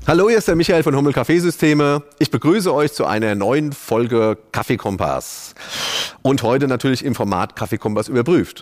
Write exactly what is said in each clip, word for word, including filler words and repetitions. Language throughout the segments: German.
Hallo, hier ist der Michael von Hummel Kaffeesysteme. Ich begrüße euch zu einer neuen Folge Kaffeekompass. Und heute natürlich im Format Kaffeekompass überprüft.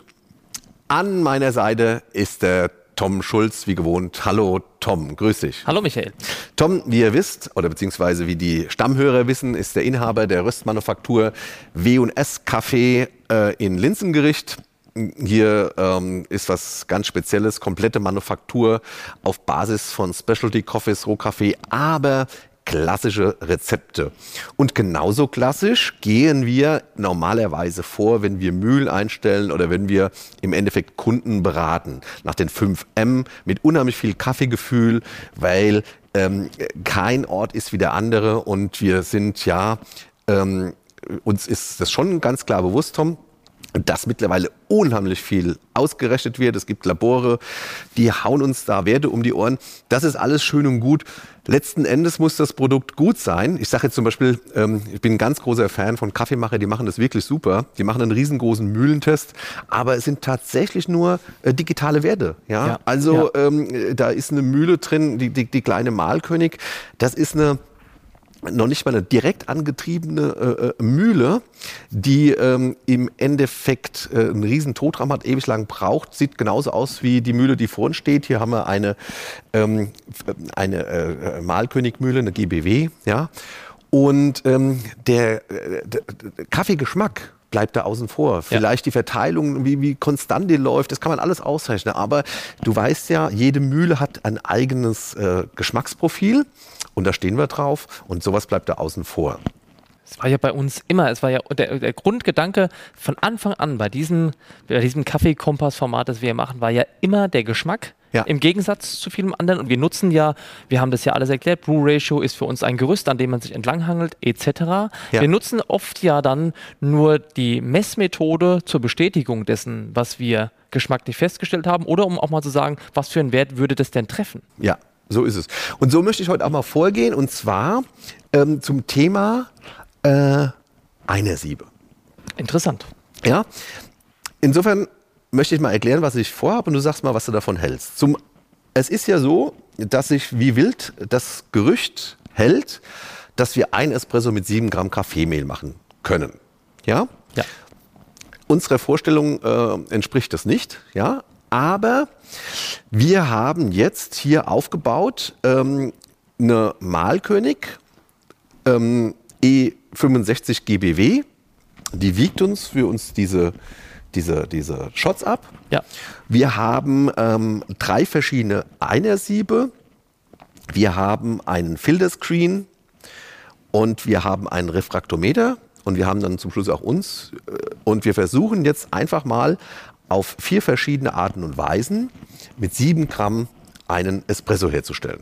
An meiner Seite ist der Tom Schulz, wie gewohnt. Hallo Tom, grüß dich. Hallo Michael. Tom, wie ihr wisst, oder beziehungsweise wie die Stammhörer wissen, ist der Inhaber der Röstmanufaktur W und S Kaffee äh, in Linzengericht. Hier ähm, ist was ganz Spezielles, komplette Manufaktur auf Basis von Specialty Coffees, Rohkaffee, aber klassische Rezepte. Und genauso klassisch gehen wir normalerweise vor, wenn wir Mühlen einstellen oder wenn wir im Endeffekt Kunden beraten. Nach den fünf M mit unheimlich viel Kaffeegefühl, weil ähm, kein Ort ist wie der andere und wir sind ja, ähm, uns ist das schon ganz klar bewusst, Tom, dass mittlerweile unheimlich viel ausgerechnet wird. Es gibt Labore, die hauen uns da Werte um die Ohren. Das ist alles schön und gut. Letzten Endes muss das Produkt gut sein. Ich sage jetzt zum Beispiel, ähm, ich bin ein ganz großer Fan von Kaffeemacher, die machen das wirklich super. Die machen einen riesengroßen Mühlentest, aber es sind tatsächlich nur äh, digitale Werte. Ja? Ja. Also ja. Ähm, da ist eine Mühle drin, die, die, die kleine Mahlkönig. Das ist eine noch nicht mal eine direkt angetriebene äh, Mühle, die ähm, im Endeffekt äh, einen riesen Todraum hat, ewig lang braucht. Sieht genauso aus wie die Mühle, die vor uns steht. Hier haben wir eine, ähm, eine äh, Mahlkönigmühle, eine G B W. Ja? Und ähm, der, äh, der, der Kaffeegeschmack bleibt da außen vor. Vielleicht ja. die Verteilung, wie, wie konstant die läuft, das kann man alles ausrechnen. Aber du weißt ja, jede Mühle hat ein eigenes äh, Geschmacksprofil und da stehen wir drauf und sowas bleibt da außen vor. Es war ja bei uns immer, es war ja der, der Grundgedanke von Anfang an bei diesem, bei diesem Kaffeekompass-Format, das wir machen, war ja immer der Geschmack. Ja. Im Gegensatz zu vielem anderen. Und wir nutzen ja, wir haben das ja alles erklärt, Brew Ratio ist für uns ein Gerüst, an dem man sich entlanghangelt, et cetera. Ja. Wir nutzen oft ja dann nur die Messmethode zur Bestätigung dessen, was wir geschmacklich festgestellt haben, oder um auch mal zu sagen, was für einen Wert würde das denn treffen? Ja, so ist es. Und so möchte ich heute auch mal vorgehen, und zwar ähm, zum Thema äh, Einersiebe. Interessant. Ja, insofern möchte ich mal erklären, was ich vorhabe, und du sagst mal, was du davon hältst. Zum, es ist ja so, dass sich wie wild das Gerücht hält, dass wir ein Espresso mit sieben Gramm Kaffeemehl machen können. Ja? Ja. Unserer Vorstellung äh, entspricht das nicht, ja. Aber wir haben jetzt hier aufgebaut ähm, eine Mahlkönig ähm, E fünfundsechzig G B W. Die wiegt uns für uns diese Diese, diese Shots ab. Ja. Wir haben ähm, drei verschiedene Einersiebe. Wir haben einen Filterscreen und wir haben einen Refraktometer und wir haben dann zum Schluss auch uns. Und wir versuchen jetzt einfach mal auf vier verschiedene Arten und Weisen mit sieben Gramm einen Espresso herzustellen.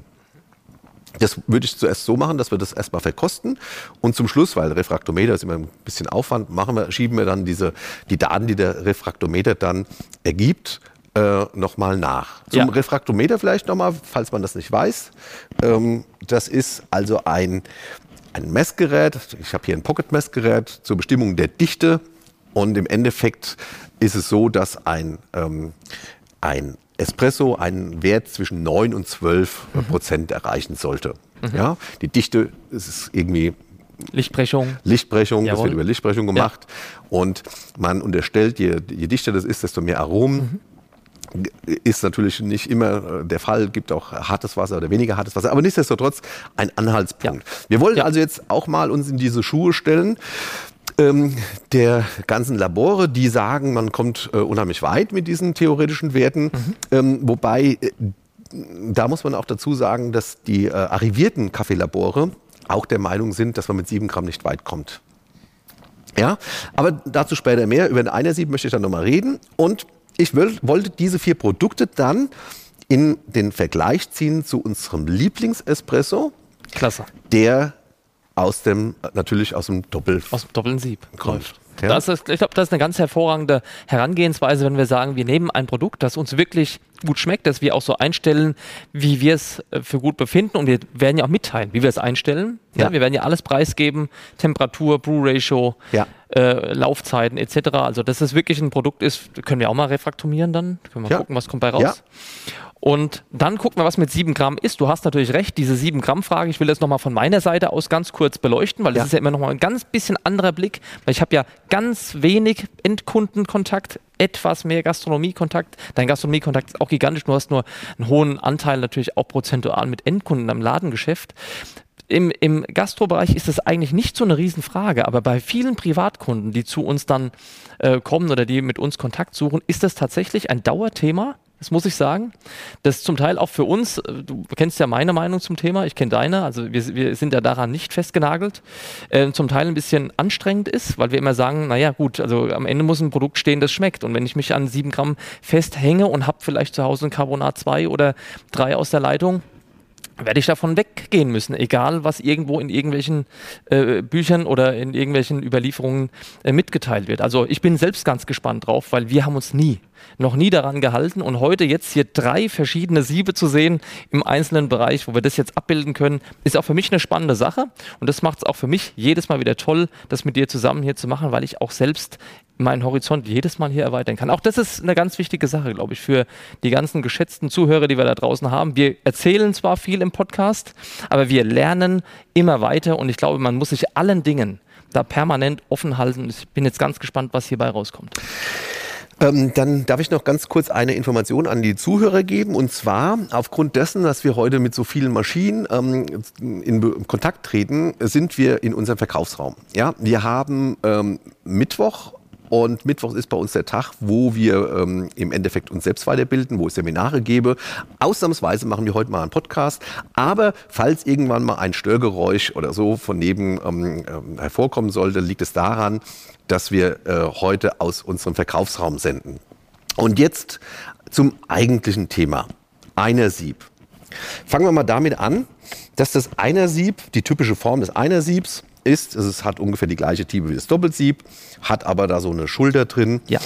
Das würde ich zuerst so machen, dass wir das erstmal verkosten und zum Schluss, weil Refraktometer ist immer ein bisschen Aufwand, machen wir, schieben wir dann diese, die Daten, die der Refraktometer dann ergibt, äh, nochmal nach. Zum ja. Refraktometer vielleicht nochmal, falls man das nicht weiß. Ähm, das ist also ein, ein Messgerät, ich habe hier ein Pocket-Messgerät zur Bestimmung der Dichte, und im Endeffekt ist es so, dass ein, ähm, ein Espresso einen Wert zwischen neun und zwölf Prozent erreichen sollte. Mhm. Ja, die Dichte ist irgendwie Lichtbrechung. Lichtbrechung, Jawohl. Das wird über Lichtbrechung gemacht. Ja. Und man unterstellt, je, je dichter das ist, desto mehr Aromen. Mhm. Ist natürlich nicht immer der Fall, gibt auch hartes Wasser oder weniger hartes Wasser, aber nichtsdestotrotz ein Anhaltspunkt. Ja. Wir wollen ja. also jetzt auch mal uns in diese Schuhe stellen Ähm, der ganzen Labore, die sagen, man kommt äh, unheimlich weit mit diesen theoretischen Werten. Mhm. Ähm, wobei, äh, da muss man auch dazu sagen, dass die äh, arrivierten Kaffeelabore auch der Meinung sind, dass man mit sieben Gramm nicht weit kommt. Ja, aber dazu später mehr. Über den Einersieb möchte ich dann nochmal reden. Und ich will, wollte diese vier Produkte dann in den Vergleich ziehen zu unserem Lieblingsespresso. Klasse. Der aus dem, natürlich aus dem Doppel aus dem doppelten Sieb kommt. Ja. Das ist, ich glaube, das ist eine ganz hervorragende Herangehensweise, wenn wir sagen, wir nehmen ein Produkt, das uns wirklich gut schmeckt, dass wir auch so einstellen, wie wir es für gut befinden, und wir werden ja auch mitteilen, wie wir es einstellen. Ja. Ja, wir werden ja alles preisgeben, Temperatur, Brew Ratio, ja. äh, Laufzeiten et cetera. Also dass es wirklich ein Produkt ist, können wir auch mal refraktomieren dann. Können wir ja. gucken, was kommt bei raus. Ja. Und dann gucken wir, was mit sieben Gramm ist. Du hast natürlich recht, diese sieben Gramm Frage, ich will das nochmal von meiner Seite aus ganz kurz beleuchten, weil das ja. ist ja immer nochmal ein ganz bisschen anderer Blick, weil ich habe ja ganz wenig Endkundenkontakt, etwas mehr Gastronomiekontakt. Dein Gastronomiekontakt ist auch gigantisch, du hast nur einen hohen Anteil natürlich auch prozentual mit Endkunden am Ladengeschäft. Im, im Gastrobereich ist das eigentlich nicht so eine Riesenfrage, aber bei vielen Privatkunden, die zu uns dann äh, kommen oder die mit uns Kontakt suchen, ist das tatsächlich ein Dauerthema. Das muss ich sagen. Das zum Teil auch für uns, du kennst ja meine Meinung zum Thema, ich kenne deine, also wir, wir sind ja daran nicht festgenagelt, äh, zum Teil ein bisschen anstrengend ist, weil wir immer sagen, naja gut, also am Ende muss ein Produkt stehen, das schmeckt. Und wenn ich mich an sieben Gramm festhänge und habe vielleicht zu Hause ein Carbonat zwei oder drei aus der Leitung, werde ich davon weggehen müssen, egal was irgendwo in irgendwelchen äh, Büchern oder in irgendwelchen Überlieferungen äh, mitgeteilt wird. Also ich bin selbst ganz gespannt drauf, weil wir haben uns nie, noch nie daran gehalten und heute jetzt hier drei verschiedene Siebe zu sehen im einzelnen Bereich, wo wir das jetzt abbilden können, ist auch für mich eine spannende Sache und das macht es auch für mich jedes Mal wieder toll, das mit dir zusammen hier zu machen, weil ich auch selbst meinen Horizont jedes Mal hier erweitern kann. Auch das ist eine ganz wichtige Sache, glaube ich, für die ganzen geschätzten Zuhörer, die wir da draußen haben. Wir erzählen zwar viel im Podcast, aber wir lernen immer weiter und ich glaube, man muss sich allen Dingen da permanent offen halten. Ich bin jetzt ganz gespannt, was hierbei rauskommt. Ähm, dann darf ich noch ganz kurz eine Information an die Zuhörer geben. Und zwar aufgrund dessen, dass wir heute mit so vielen Maschinen ähm, in Be- Kontakt treten, sind wir in unserem Verkaufsraum. Ja, wir haben ähm, Mittwoch. Und Mittwoch ist bei uns der Tag, wo wir ähm, im Endeffekt uns selbst weiterbilden, wo ich Seminare gebe. Ausnahmsweise machen wir heute mal einen Podcast. Aber falls irgendwann mal ein Störgeräusch oder so von neben ähm, ähm, hervorkommen sollte, liegt es daran, dass wir äh, heute aus unserem Verkaufsraum senden. Und jetzt zum eigentlichen Thema. Einersieb. Fangen wir mal damit an, dass das Einersieb, die typische Form des Einersiebs, ist, es hat ungefähr die gleiche Tiefe wie das Doppelsieb, hat aber da so eine Schulter drin. Ja.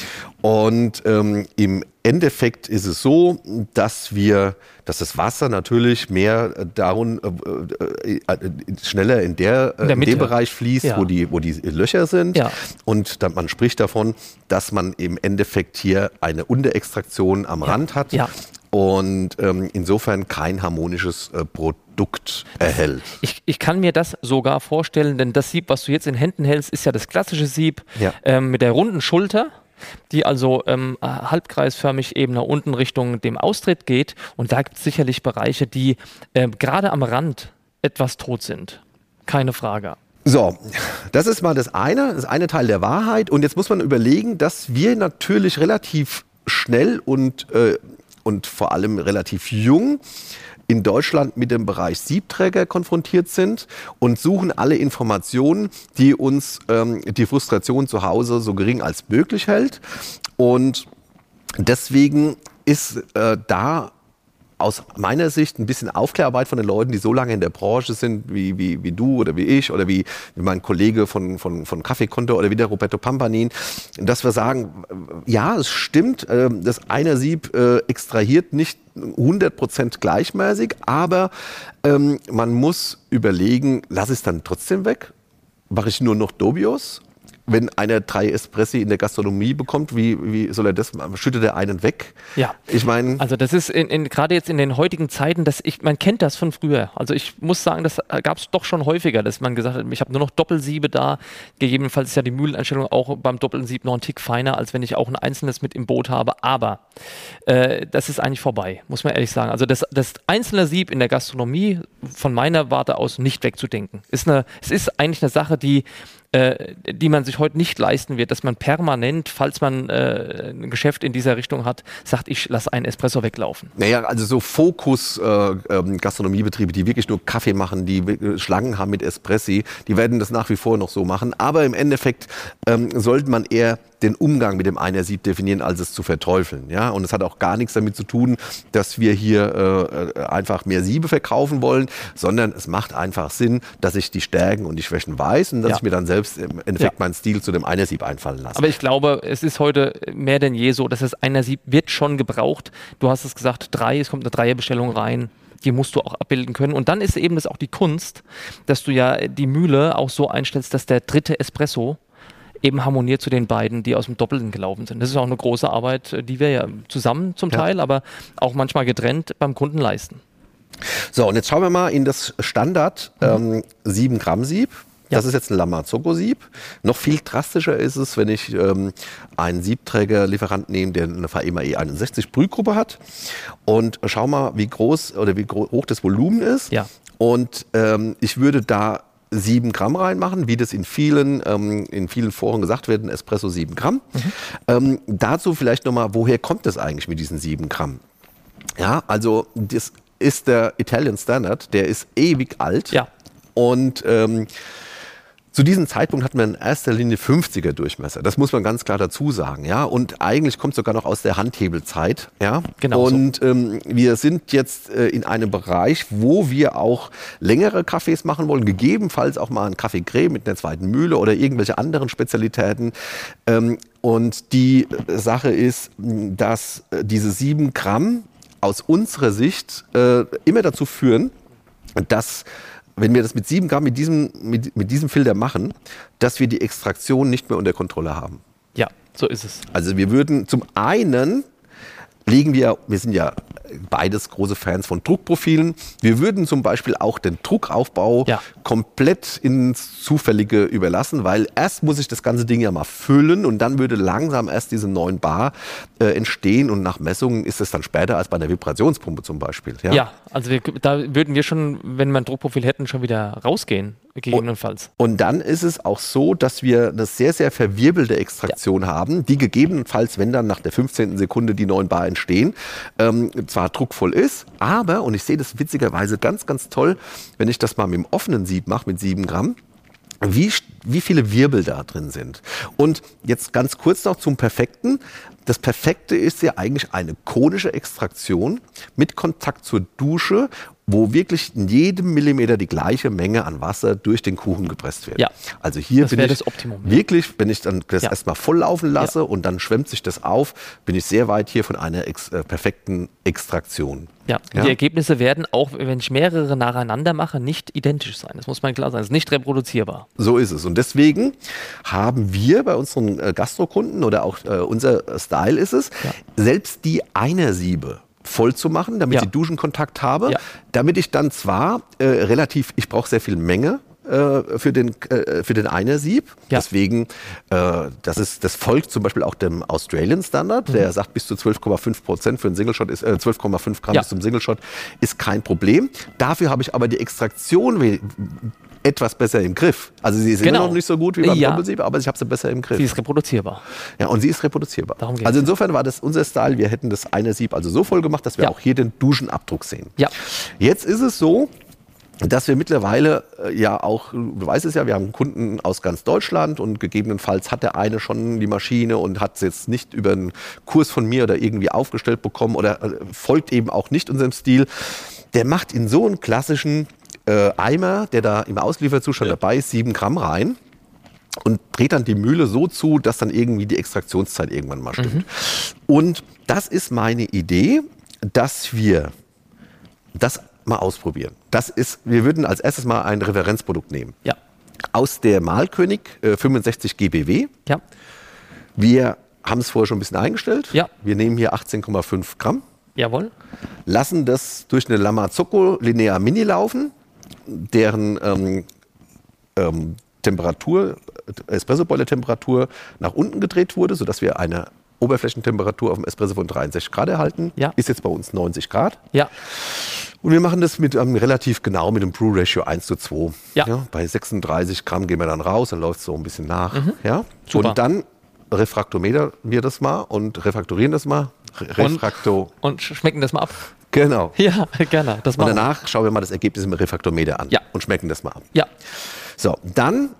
Und ähm, im Endeffekt ist es so, dass wir, dass das Wasser natürlich mehr darum äh, äh, schneller in der, äh, in dem Bereich fließt, ja. wo die, wo die Löcher sind. Ja. Und dann, man spricht davon, dass man im Endeffekt hier eine Unterextraktion am ja. Rand hat. Ja. Und ähm, insofern kein harmonisches äh, Produkt erhält. Ich, ich kann mir das sogar vorstellen, denn das Sieb, was du jetzt in Händen hältst, ist ja das klassische Sieb ja. ähm, mit der runden Schulter, die also ähm, halbkreisförmig eben nach unten Richtung dem Austritt geht. Und da gibt es sicherlich Bereiche, die äh, gerade am Rand etwas tot sind. Keine Frage. So, das ist mal das eine, das eine Teil der Wahrheit. Und jetzt muss man überlegen, dass wir natürlich relativ schnell und äh, und vor allem relativ jung in Deutschland mit dem Bereich Siebträger konfrontiert sind und suchen alle Informationen, die uns ähm, die Frustration zu Hause so gering als möglich hält. Und deswegen ist äh, da aus meiner Sicht ein bisschen Aufklärarbeit von den Leuten, die so lange in der Branche sind, wie, wie, wie du oder wie ich oder wie, wie mein Kollege von, von, von Kaffeekonto oder wie der Roberto Pampanin, dass wir sagen, ja, es stimmt, das Einersieb extrahiert nicht hundert Prozent gleichmäßig, aber ähm, man muss überlegen, lass es dann trotzdem weg? Mache ich nur noch Dobios? Wenn einer drei Espressi in der Gastronomie bekommt, wie, wie soll er das machen? Schüttet er einen weg? Ja. Ich meine. Also das ist in, in, gerade jetzt in den heutigen Zeiten, dass ich, man kennt das von früher. Also ich muss sagen, das gab es doch schon häufiger, dass man gesagt hat, ich habe nur noch Doppelsiebe da. Gegebenenfalls ist ja die Mühleneinstellung auch beim Doppelsieb noch ein Tick feiner, als wenn ich auch ein einzelnes mit im Boot habe. Aber äh, das ist eigentlich vorbei, muss man ehrlich sagen. Also das, das einzelne Sieb in der Gastronomie von meiner Warte aus nicht wegzudenken. Ist eine, es ist eigentlich eine Sache, die Äh, die man sich heute nicht leisten wird, dass man permanent, falls man äh, ein Geschäft in dieser Richtung hat, sagt, ich lasse einen Espresso weglaufen. Naja, also so Fokus-Gastronomiebetriebe, äh, die wirklich nur Kaffee machen, die äh, Schlangen haben mit Espressi, die werden das nach wie vor noch so machen. Aber im Endeffekt ähm, sollte man eher den Umgang mit dem Einersieb definieren, als es zu verteufeln. Ja? Und es hat auch gar nichts damit zu tun, dass wir hier äh, einfach mehr Siebe verkaufen wollen, sondern es macht einfach Sinn, dass ich die Stärken und die Schwächen weiß und dass ja. ich mir dann selbst im Endeffekt ja. meinen Stil zu dem Einersieb einfallen lasse. Aber ich glaube, es ist heute mehr denn je so, dass das Einersieb wird schon gebraucht. Du hast es gesagt, drei, es kommt eine Dreierbestellung rein. Die musst du auch abbilden können. Und dann ist eben das auch die Kunst, dass du ja die Mühle auch so einstellst, dass der dritte Espresso eben harmoniert zu den beiden, die aus dem Doppelten gelaufen sind. Das ist auch eine große Arbeit, die wir ja zusammen zum Teil, ja. aber auch manchmal getrennt beim Kunden leisten. So, und jetzt schauen wir mal in das Standard mhm. ähm, sieben Gramm Sieb. Das ja. ist jetzt ein La Marzocco Sieb. Noch viel drastischer ist es, wenn ich ähm, einen Siebträger-Lieferant nehme, der eine V E M A E einundsechzig Brühgruppe hat. Und schau mal, wie groß oder wie gro- hoch das Volumen ist. Ja. Und ähm, ich würde da sieben Gramm reinmachen, wie das in vielen, ähm, in vielen Foren gesagt wird, ein Espresso sieben Gramm. Mhm. Ähm, dazu vielleicht nochmal, woher kommt das eigentlich mit diesen sieben Gramm? Ja, also das ist der Italian Standard, der ist ewig alt. Ja. Und ähm, zu diesem Zeitpunkt hatten wir in erster Linie fünfziger Durchmesser. Das muss man ganz klar dazu sagen. Ja? Und eigentlich kommt es sogar noch aus der Handhebelzeit. Ja? Genau und ähm, wir sind jetzt äh, in einem Bereich, wo wir auch längere Kaffees machen wollen, gegebenenfalls auch mal einen Kaffee Creme mit einer zweiten Mühle oder irgendwelche anderen Spezialitäten. Ähm, und die Sache ist, dass äh, diese sieben Gramm aus unserer Sicht äh, immer dazu führen, dass wenn wir das mit sieben Gramm mit diesem, mit, mit diesem Filter machen, dass wir die Extraktion nicht mehr unter Kontrolle haben. Ja, so ist es. Also wir würden zum einen, legen wir, wir sind ja beides große Fans von Druckprofilen, wir würden zum Beispiel auch den Druckaufbau ja. komplett ins Zufällige überlassen, weil erst muss ich das ganze Ding ja mal füllen und dann würde langsam erst diese neun Bar äh, entstehen und nach Messungen ist es dann später als bei einer Vibrationspumpe zum Beispiel. Ja, ja also wir, da würden wir schon, wenn wir ein Druckprofil hätten, schon wieder rausgehen, gegebenenfalls. Und, und dann ist es auch so, dass wir eine sehr, sehr verwirbelte Extraktion ja. haben, die gegebenenfalls, wenn dann nach der fünfzehnten Sekunde die neun Bar entstehen, ähm, zwar druckvoll ist, aber, und ich sehe das witzigerweise ganz, ganz toll, wenn ich das mal mit dem offenen Sieb mache, mit sieben Gramm, wie, wie viele Wirbel da drin sind. Und jetzt ganz kurz noch zum Perfekten. Das Perfekte ist ja eigentlich eine konische Extraktion mit Kontakt zur Dusche, wo wirklich in jedem Millimeter die gleiche Menge an Wasser durch den Kuchen gepresst wird. Ja. Also hier das bin ich das Optimum, ja. wirklich, wenn ich dann das ja. erstmal voll laufen lasse ja. und dann schwemmt sich das auf, bin ich sehr weit hier von einer ex- äh, perfekten Extraktion. Ja. ja, die Ergebnisse werden auch, wenn ich mehrere nacheinander mache, nicht identisch sein. Das muss man klar sein. Das ist nicht reproduzierbar. So ist es. Und deswegen haben wir bei unseren äh, Gastrokunden oder auch äh, unser Style ist es, ja. selbst die Einersiebe voll zu machen, damit ja. ich Duschenkontakt habe, ja. damit ich dann zwar äh, relativ, ich brauche sehr viel Menge äh, für den äh, für den Einersieb, ja. deswegen äh, das ist das folgt zum Beispiel auch dem Australian Standard, mhm. der sagt bis zu zwölf Komma fünf Prozent für einen Single Shot ist äh, zwölf Komma fünf Gramm ja. bis zum Single Shot ist kein Problem. Dafür habe ich aber die Extraktion we- etwas besser im Griff. Also sie ist genau. immer noch nicht so gut wie beim ja. Doppelsieb, aber ich habe sie besser im Griff. Sie ist reproduzierbar. Ja, und sie ist reproduzierbar. Darum geht's. Also insofern war das unser Style. Wir hätten das eine Sieb also so voll gemacht, dass wir ja. auch hier den Duschenabdruck sehen. Ja. Jetzt ist es so, dass wir mittlerweile äh, ja auch, du weißt es ja, wir haben Kunden aus ganz Deutschland und gegebenenfalls hat der eine schon die Maschine und hat es jetzt nicht über einen Kurs von mir oder irgendwie aufgestellt bekommen oder äh, folgt eben auch nicht unserem Stil. Der macht in so einen klassischen äh, Eimer, der da im Auslieferzustand ja. dabei ist, sieben Gramm rein und dreht dann die Mühle so zu, dass dann irgendwie die Extraktionszeit irgendwann mal stimmt. Mhm. Und das ist meine Idee, dass wir das mal ausprobieren. Das ist, wir würden als erstes mal ein Referenzprodukt nehmen. Ja. Aus der Mahlkönig äh, fünfundsechzig G B W. Ja. Wir haben es vorher schon ein bisschen eingestellt. Ja. Wir nehmen hier achtzehn Komma fünf Gramm. Jawohl. Lassen das durch eine La Marzocco Linea Mini laufen, deren ähm, ähm, Temperatur, Espresso-Boiler-Temperatur nach unten gedreht wurde, sodass wir eine Oberflächentemperatur auf dem Espresso von dreiundsechzig Grad erhalten. Ja. Ist jetzt bei uns neunzig Grad. Ja. Und wir machen das mit ähm, relativ genau mit dem Brew-Ratio eins zu zwei. Ja. Ja, bei sechsunddreißig Gramm gehen wir dann raus, dann läuft es so ein bisschen nach. Mhm. Ja? Super. Und dann refraktometern wir das mal und refaktorieren das mal. Re- Refrakto. Und, und schmecken das mal ab. Genau. Ja, gerne. Das und machen danach schauen wir mal das Ergebnis im Refraktometer an ja. und schmecken das mal ab. Ja. So, dann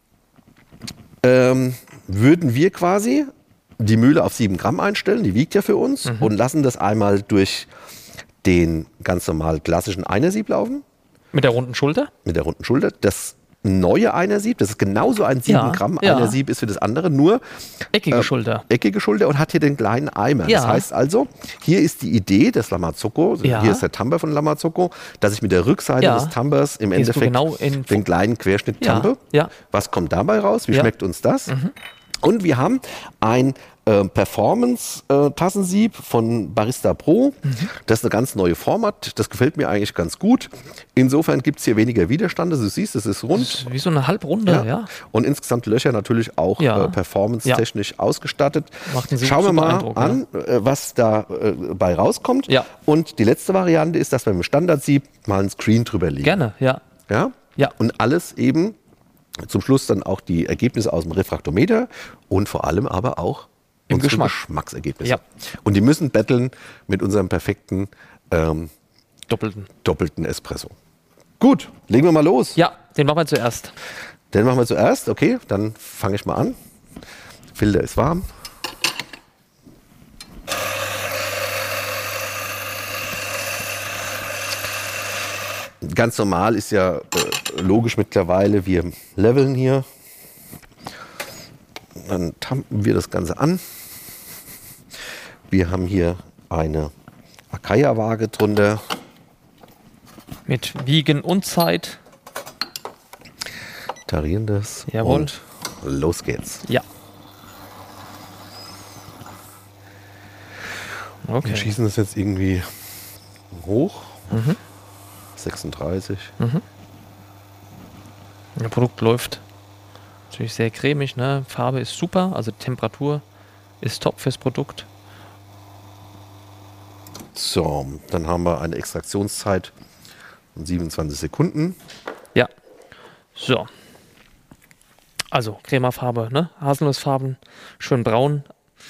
ähm, würden wir quasi die Mühle auf sieben Gramm einstellen, die wiegt ja für uns, mhm. und lassen das einmal durch den ganz normal klassischen Einersieb laufen. Mit der runden Schulter? Mit der runden Schulter. Das neue Einersieb. Das ist genauso ein sieben Ja, Gramm ja. Einersieb ist wie das andere, nur Eckige äh, Schulter. eckige Schulter und hat hier den kleinen Eimer. Ja. Das heißt also, hier ist die Idee des Lamazocco, Ja. hier ist der Tamper von Lamazocco, dass ich mit der Rückseite Ja. des Tampers im Gehst du Endeffekt genau in- den kleinen Querschnitt Ja, tampe. ja. Was kommt dabei raus? Wie Ja. schmeckt uns das? Und wir haben ein äh, Performance-Tassensieb von Barista Pro. Das ist eine ganz neue Format. Das gefällt mir eigentlich ganz gut. Insofern gibt es hier weniger Widerstand. Also du siehst, es ist rund. Das ist wie so eine Halbrunde, ja. ja. Und insgesamt Löcher natürlich auch Ja. äh, performance-technisch ausgestattet. Macht einen Schauen wir super mal Eindruck, an, äh, was da äh, bei rauskommt. Ja. Und die letzte Variante ist, dass wir mit dem Standardsieb mal ein Screen drüber legen. Gerne, ja. Ja? Ja. Und alles eben zum Schluss dann auch die Ergebnisse aus dem Refraktometer und vor allem aber auch Im unsere Geschmack. Geschmacksergebnisse. Ja. Und die müssen betteln mit unserem perfekten ähm, Doppelten. doppelten Espresso. Gut, legen wir mal los. Ja, den machen wir zuerst. Den machen wir zuerst. Okay, dann fange ich mal an. Filter ist warm. Ganz normal ist ja äh, logisch mittlerweile, wir leveln hier. Dann tampen wir das Ganze an. Wir haben hier eine Acaia-Waage drunter. Mit Wiegen und Zeit. Tarieren das. Jawohl. Und los geht's. Ja. Wir Okay. schießen das jetzt irgendwie hoch. Mhm. sechsunddreißig. Das Produkt läuft natürlich sehr cremig, ne? Farbe ist super, also Temperatur ist top fürs Produkt. So, dann haben wir eine Extraktionszeit von siebenundzwanzig Sekunden. Ja. So. Also Cremafarbe, ne? Haselnussfarben, schön braun.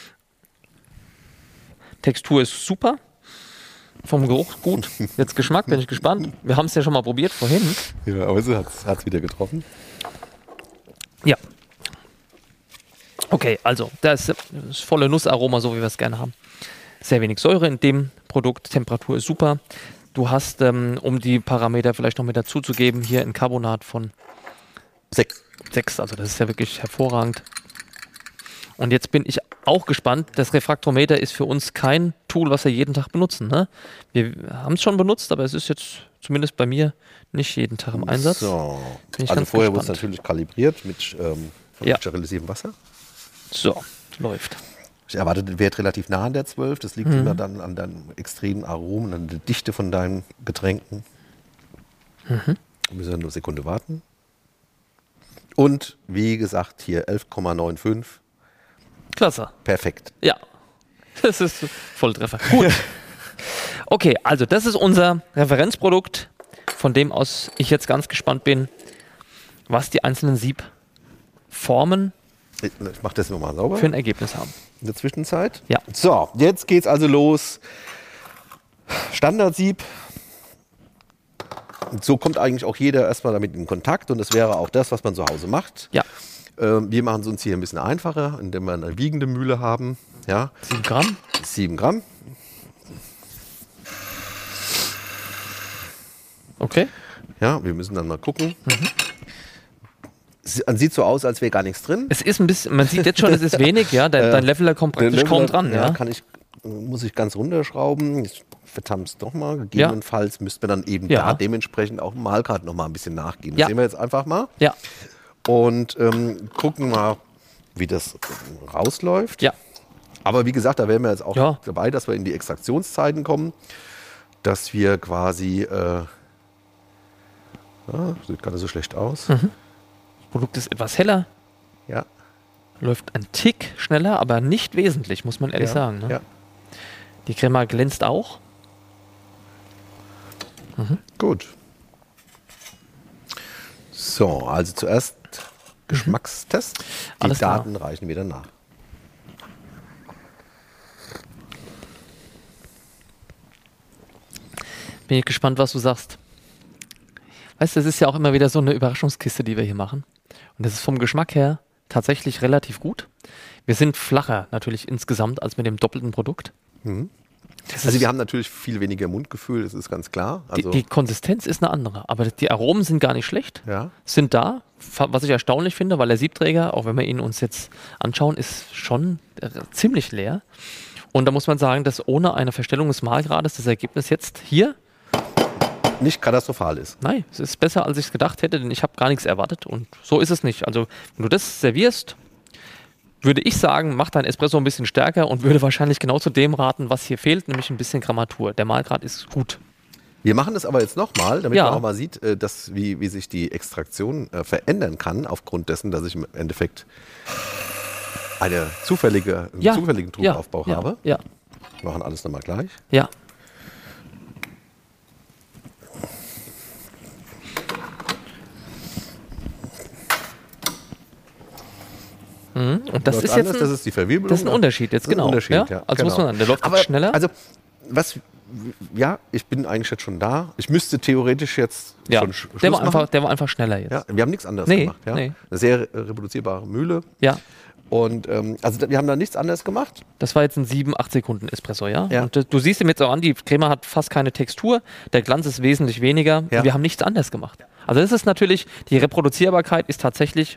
Textur ist super. Vom Geruch gut. Jetzt Geschmack, bin ich gespannt. Wir haben es ja schon mal probiert vorhin. Ja, aber es hat es wieder getroffen. Ja. Okay, also das ist das volle Nussaroma, so wie wir es gerne haben. Sehr wenig Säure in dem Produkt. Temperatur ist super. Du hast, ähm, um die Parameter vielleicht noch mit dazu zu geben, hier ein Carbonat von Sechs. sechs. Also das ist ja wirklich hervorragend. Und jetzt bin ich auch gespannt. Das Refraktometer ist für uns kein Tool, was wir jeden Tag benutzen. Ne? Wir haben es schon benutzt, aber es ist jetzt zumindest bei mir nicht jeden Tag im Einsatz. So. Bin ich Also ganz vorher wurde es gespannt. natürlich kalibriert mit ähm, Ja. sterilisiertem Wasser. So, läuft. Ich erwarte den Wert relativ nah an der zwölf. Das liegt Mhm. immer dann an deinen extremen Aromen, an der Dichte von deinen Getränken. Mhm. Wir müssen nur eine Sekunde warten. Und wie gesagt, hier elf Komma fünfundneunzig. Klasse. Perfekt. Ja, das ist Volltreffer. Gut. Okay, also das ist unser Referenzprodukt, von dem aus ich jetzt ganz gespannt bin, was die einzelnen Siebformen Ich mache das nochmal sauber für ein Ergebnis haben. in der Zwischenzeit. Ja. So, jetzt geht's also los. Standardsieb. Und so kommt eigentlich auch jeder erstmal damit in Kontakt und das wäre auch das, was man zu Hause macht. Ja, Ähm, wir machen es uns hier ein bisschen einfacher, indem wir eine wiegende Mühle haben. Ja, sieben Gramm. sieben Gramm. Okay. Ja, wir müssen dann mal gucken. Es sieht so aus, als wäre gar nichts drin. Es ist ein bisschen, man sieht jetzt schon, es ist wenig, ja. Dein, dein Leveler kommt praktisch Den kaum Leveler, dran, ja. Kann ich, muss ich ganz runterschrauben. Ich verdamme es doch mal. Gegebenenfalls müsste man dann eben Ja. da dementsprechend auch im Mahlgrad noch mal ein bisschen nachgehen. Das Ja. sehen wir jetzt einfach mal. Ja, Und ähm, gucken mal, wie das rausläuft. ja. Aber wie gesagt, da wären wir jetzt auch Ja. dabei, dass wir in die Extraktionszeiten kommen. Dass wir quasi, äh, ja, sieht gar nicht so schlecht aus. Das Produkt ist etwas heller, Ja, läuft ein Tick schneller, aber nicht wesentlich, muss man ehrlich ja, sagen. Ne? ja. Die Crema glänzt auch. Gut. So, also zuerst Geschmackstest. Die Alles klar. Daten reichen wir dann nach. Bin ich gespannt, was du sagst. Weißt du, das ist ja auch immer wieder so eine Überraschungskiste, die wir hier machen. Und das ist vom Geschmack her tatsächlich relativ gut. Wir sind flacher natürlich insgesamt als mit dem doppelten Produkt. Also wir haben natürlich viel weniger Mundgefühl, das ist ganz klar. Also die, die Konsistenz ist eine andere, aber die Aromen sind gar nicht schlecht, ja. sind da, was ich erstaunlich finde, weil der Siebträger, auch wenn wir ihn uns jetzt anschauen, ist schon ziemlich leer. Und da muss man sagen, dass ohne eine Verstellung des Mahlgrades das Ergebnis jetzt hier nicht katastrophal ist. Nein, es ist besser, als ich es gedacht hätte, denn ich habe gar nichts erwartet und so ist es nicht. Also wenn du das servierst, würde ich sagen, mach dein Espresso ein bisschen stärker und würde wahrscheinlich genau zu dem raten, was hier fehlt, nämlich ein bisschen Grammatur. Der Mahlgrad ist gut. Wir machen das aber jetzt nochmal, damit ja. man auch mal sieht, dass, wie, wie sich die Extraktion äh, verändern kann, aufgrund dessen, dass ich im Endeffekt eine zufällige, einen ja. zufälligen Druckaufbau ja. habe. Ja. Wir machen alles nochmal gleich. Ja. Und das läuft ist anders, jetzt ein, das ist die Verwirbelung. Das ist ein Unterschied jetzt, genau. Ein Unterschied, ja? Ja, also genau. muss man sagen, der läuft Aber, schneller. Also, was, ja, ich bin eigentlich jetzt schon da. Ich müsste theoretisch jetzt ja. schon Sch der war Schluss einfach, machen. Der war einfach schneller jetzt. Ja, wir haben nichts anderes nee, gemacht. Ja? Nee. Eine sehr reproduzierbare Mühle. Ja. Und ähm, also wir haben da nichts anderes gemacht. Das war jetzt ein sieben, acht Sekunden Espresso, ja? ja. Und du siehst ihm jetzt auch an, die Crema hat fast keine Textur, der Glanz ist wesentlich weniger. Ja. Und wir haben nichts anderes gemacht. Also das ist natürlich, die Reproduzierbarkeit ist tatsächlich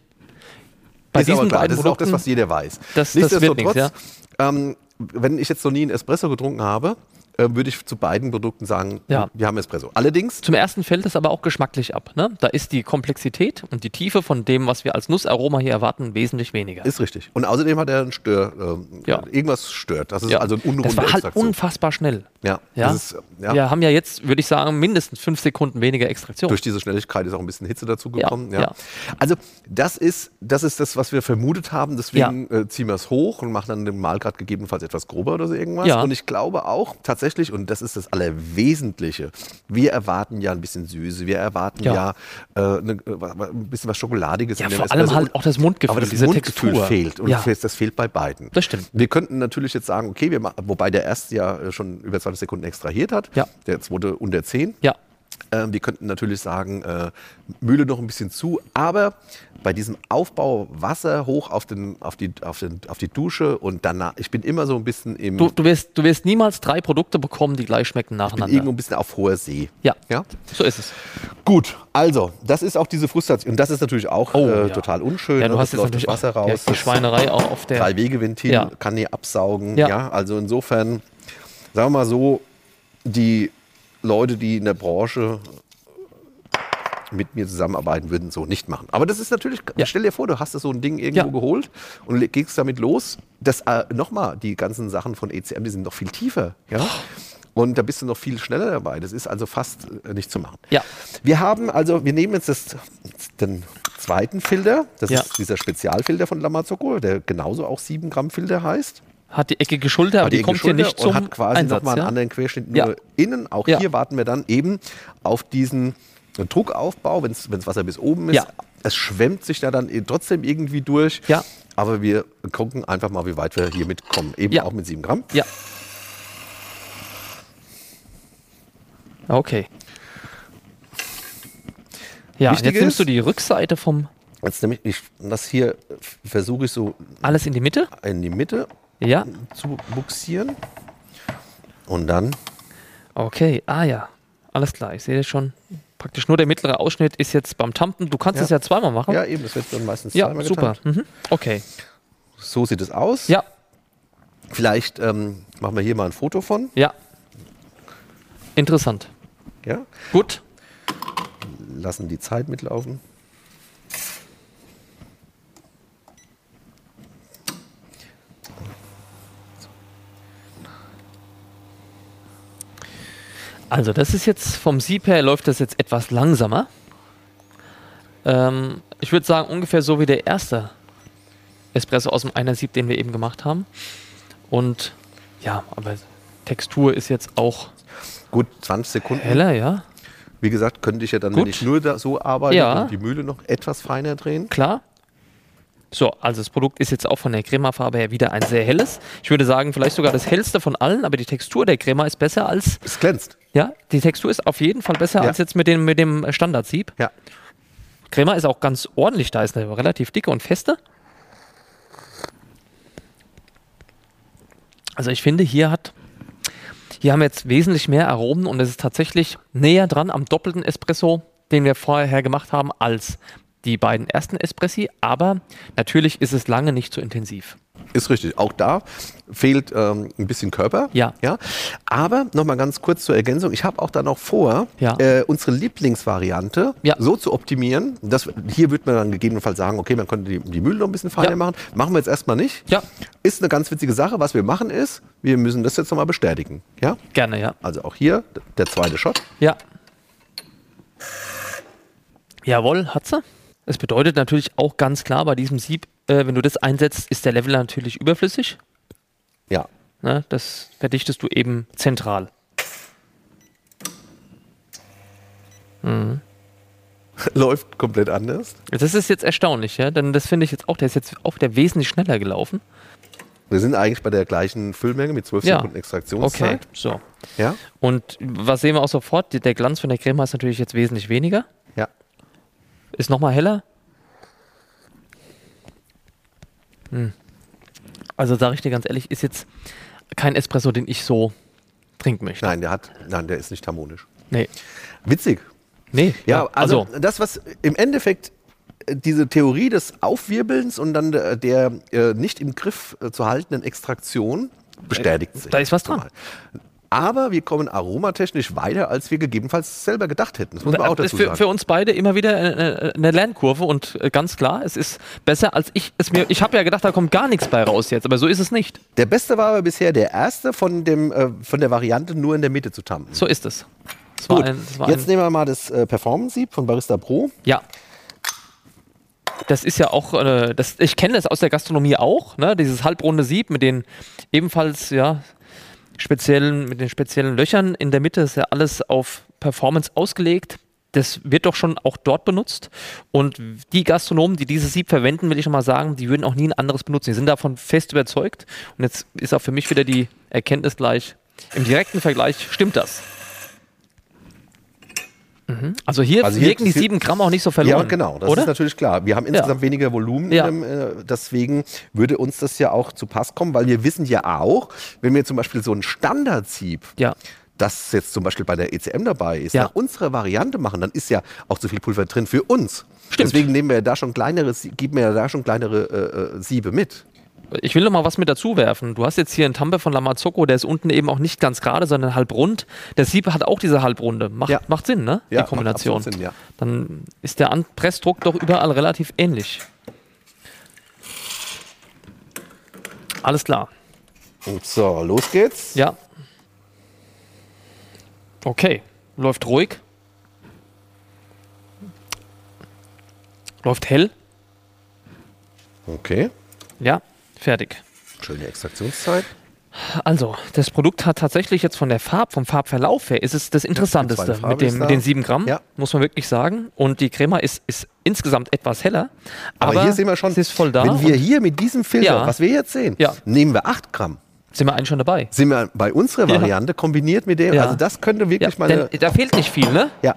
bei ist diesen aber klar, beiden das ist auch das, Produkten, was jeder weiß. Das, das wird nichts, ja. ähm, wenn ich jetzt noch nie einen Espresso getrunken habe, äh, würde ich zu beiden Produkten sagen, ja. wir haben Espresso. Allerdings... Zum ersten fällt es aber auch geschmacklich ab. Ne? Da ist die Komplexität und die Tiefe von dem, was wir als Nussaroma hier erwarten, wesentlich weniger. Ist richtig. Und außerdem hat er einen Stör... Äh, ja. Irgendwas stört. Das ist ja. also ein unrunder Das war halt Extraktion. unfassbar schnell. Ja. Ja? Das ist, ja. Wir haben ja jetzt, würde ich sagen, mindestens fünf Sekunden weniger Extraktion. Durch diese Schnelligkeit ist auch ein bisschen Hitze dazu gekommen. Ja. Ja. Also das ist, das ist das, was wir vermutet haben. Deswegen ja. äh, ziehen wir es hoch und machen dann den Mahlgrad gegebenenfalls etwas grober oder so irgendwas. Ja. Und ich glaube auch tatsächlich, und das ist das Allerwesentliche, wir erwarten ja ein bisschen Süße, wir erwarten ja, ja äh, ne, ein bisschen was Schokoladiges. Ja, in dem vor Espresso. allem halt auch das Mundgefühl, aber das diese Mundgefühl Textur fehlt. Und ja. das fehlt bei beiden. Das stimmt. Wir könnten natürlich jetzt sagen, okay, wir machen, wobei der erste ja schon über zwanzig Sekunden extrahiert hat, ja. der zweite unter zehn. Ja. Ähm, wir könnten natürlich sagen, äh, Mühle noch ein bisschen zu, aber bei diesem Aufbau Wasser hoch auf, den, auf, die, auf, den, auf die Dusche und danach, ich bin immer so ein bisschen im... Du, du, wirst, du wirst niemals drei Produkte bekommen, die gleich schmecken nacheinander. Ich bin irgendwo ein bisschen auf hoher See. Ja, ja, so ist es. Gut, also, das ist auch diese Frustration. Und das ist natürlich auch oh, äh, ja. total unschön. Ja, du ne? hast jetzt läuft natürlich das Wasser auch, raus. Ja, die Schweinerei auch auf der... Drei-Wege-Ventil ja. kann die absaugen. Ja. Ja, also insofern, sagen wir mal so, die Leute, die in der Branche mit mir zusammenarbeiten, würden so nicht machen. Aber das ist natürlich, ja. stell dir vor, du hast so ein Ding irgendwo ja. geholt und gehst damit los. Das, äh, nochmal, die ganzen Sachen von E C M, die sind noch viel tiefer. Ja? Oh. Und da bist du noch viel schneller dabei. Das ist also fast äh, nicht zu machen. Ja. Wir haben also, wir nehmen jetzt das, den zweiten Filter. Das ja. ist dieser Spezialfilter von La Marzocco, der genauso auch sieben Gramm Filter heißt. Hat die eckige Schulter, aber die, die kommt hier nicht zum und hat quasi Einsatz, nochmal einen ja? anderen Querschnitt nur ja. innen. Auch ja. hier warten wir dann eben auf diesen Druckaufbau, wenn das Wasser bis oben ist. Ja. Es schwemmt sich da dann trotzdem irgendwie durch. Ja. Aber wir gucken einfach mal, wie weit wir hier mitkommen. Eben ja. auch mit sieben Gramm. Ja. Okay. Ja, Wichtig jetzt nimmst ist, du die Rückseite vom... Jetzt nehme ich das hier, versuche ich so... Alles in die Mitte? In die Mitte ja. zu buxieren. Und dann... Okay, ah ja. Alles klar, ich sehe das schon. Praktisch nur der mittlere Ausschnitt ist jetzt beim Tampen. Du kannst es ja. ja zweimal machen. Ja, eben, das wird dann meistens ja, zweimal super. getan. Mhm. Okay. So sieht es aus. Ja. Vielleicht ähm, machen wir hier mal ein Foto von. Ja. Interessant. Ja. Gut. Lassen die Zeit mitlaufen. Also das ist jetzt vom Sieb her läuft das jetzt etwas langsamer. Ähm, ich würde sagen ungefähr so wie der erste Espresso aus dem Einer-Sieb, den wir eben gemacht haben. Und ja, aber Textur ist jetzt auch gut zwanzig Sekunden. Heller, ja. Wie gesagt, könnte ich ja dann, gut. wenn ich nur da so arbeite, ja. und die Mühle noch etwas feiner drehen. Klar. So, also das Produkt ist jetzt auch von der Crema-Farbe her wieder ein sehr helles. Ich würde sagen, vielleicht sogar das hellste von allen, aber die Textur der Crema ist besser als... Es glänzt. Ja, die Textur ist auf jeden Fall besser ja. als jetzt mit dem, mit dem Standard-Sieb. Ja. Crema ist auch ganz ordentlich, da ist eine relativ dicke und feste. Also ich finde, hier hat... Hier haben wir jetzt wesentlich mehr Aromen und es ist tatsächlich näher dran am doppelten Espresso, den wir vorher gemacht haben, als die beiden ersten Espressi. Aber natürlich ist es lange nicht so intensiv. Ist richtig. Auch da fehlt ähm, ein bisschen Körper. Ja. ja. Aber nochmal ganz kurz zur Ergänzung. Ich habe auch da noch vor, ja. äh, unsere Lieblingsvariante ja. so zu optimieren. Dass, hier würde man dann gegebenenfalls sagen, okay, man könnte die, die Mühle noch ein bisschen feiner ja. machen. Machen wir jetzt erstmal nicht. Ja. Ist eine ganz witzige Sache. Was wir machen ist, wir müssen das jetzt nochmal bestätigen. Ja? Gerne, ja. Also auch hier der zweite Shot. Ja. Jawohl, hat sie. Es bedeutet natürlich auch ganz klar bei diesem Sieb, äh, wenn du das einsetzt, ist der Level natürlich überflüssig. Ja. Ne, das verdichtest du eben zentral. Mhm. Läuft komplett anders. Das ist jetzt erstaunlich, ja, denn das finde ich jetzt auch, der ist jetzt auch wieder wesentlich schneller gelaufen. Wir sind eigentlich bei der gleichen Füllmenge mit zwölf ja. Sekunden Extraktionszeit. Okay, so. Ja. Und was sehen wir auch sofort? Der Glanz von der Crema ist natürlich jetzt wesentlich weniger. Ja. Ist nochmal heller. Hm. Also sage ich dir ganz ehrlich, ist jetzt kein Espresso, den ich so trinken möchte. Nein, der hat, nein, der ist nicht harmonisch. Nee. Witzig. Nee. Ja, ja also, also das, was im Endeffekt diese Theorie des Aufwirbelns und dann der, der äh, nicht im Griff äh, zu haltenden Extraktion bestätigt sich. Da ist was dran. Aber wir kommen aromatechnisch weiter, als wir gegebenenfalls selber gedacht hätten. Das muss man auch dazu für, sagen. Für uns beide immer wieder eine, eine Lernkurve und ganz klar, es ist besser als ich es mir. Ich habe ja gedacht, da kommt gar nichts bei raus jetzt, aber so ist es nicht. Der beste war aber bisher der erste von, dem, äh, von der Variante nur in der Mitte zu tampen. So ist es. Das Gut, ein, das jetzt nehmen wir mal das äh, Performance-Sieb von Barista Pro. Ja. Das ist ja auch, äh, das, ich kenne das aus der Gastronomie auch, ne? Dieses halbrunde Sieb mit den ebenfalls, ja, speziellen, mit den speziellen Löchern in der Mitte ist ja alles auf Performance ausgelegt. Das wird doch schon auch dort benutzt. Und die Gastronomen, die dieses Sieb verwenden, will ich schon mal sagen, die würden auch nie ein anderes benutzen. Die sind davon fest überzeugt. Und jetzt ist auch für mich wieder die Erkenntnis gleich, im direkten Vergleich stimmt das. Mhm. Also hier also wirken die sieben Gramm auch nicht so verloren. Ja, genau, das oder? ist natürlich klar. Wir haben insgesamt ja. weniger Volumen, ja. in dem, äh, deswegen würde uns das ja auch zu Pass kommen, weil wir wissen ja auch, wenn wir zum Beispiel so ein Standardsieb, ja. das jetzt zum Beispiel bei der E C M dabei ist, ja. nach unserer Variante machen, dann ist ja auch zu viel Pulver drin für uns. Stimmt. Deswegen nehmen wir ja da schon kleinere, geben wir ja da schon kleinere äh, Siebe mit. Ich will noch mal was mit dazu werfen. Du hast jetzt hier einen Tamper von La Marzocco, der ist unten eben auch nicht ganz gerade, sondern halb rund. Der Sieb hat auch diese Halbrunde. Macht, ja. macht Sinn, ne? Ja, die Kombination. Sinn, ja. Dann ist der Pressdruck doch überall relativ ähnlich. Alles klar. Und so, los geht's. Ja. Okay, läuft ruhig. Läuft hell. Okay. Ja, fertig. Schöne Extraktionszeit. Also, das Produkt hat tatsächlich jetzt von der Farb, vom Farbverlauf her, ist es das Interessanteste ja, mit, dem, mit den sieben Gramm, ja. muss man wirklich sagen. Und die Crema ist, ist insgesamt etwas heller. Aber, aber hier sehen wir schon, ist voll da. Wenn wir hier mit diesem Filter, ja. was wir jetzt sehen, ja. nehmen wir acht Gramm. Sind wir eigentlich schon dabei? Sind wir bei unserer Variante ja. kombiniert mit dem, ja. also das könnte wirklich ja, mal... Eine da fehlt nicht viel, ne? Ja.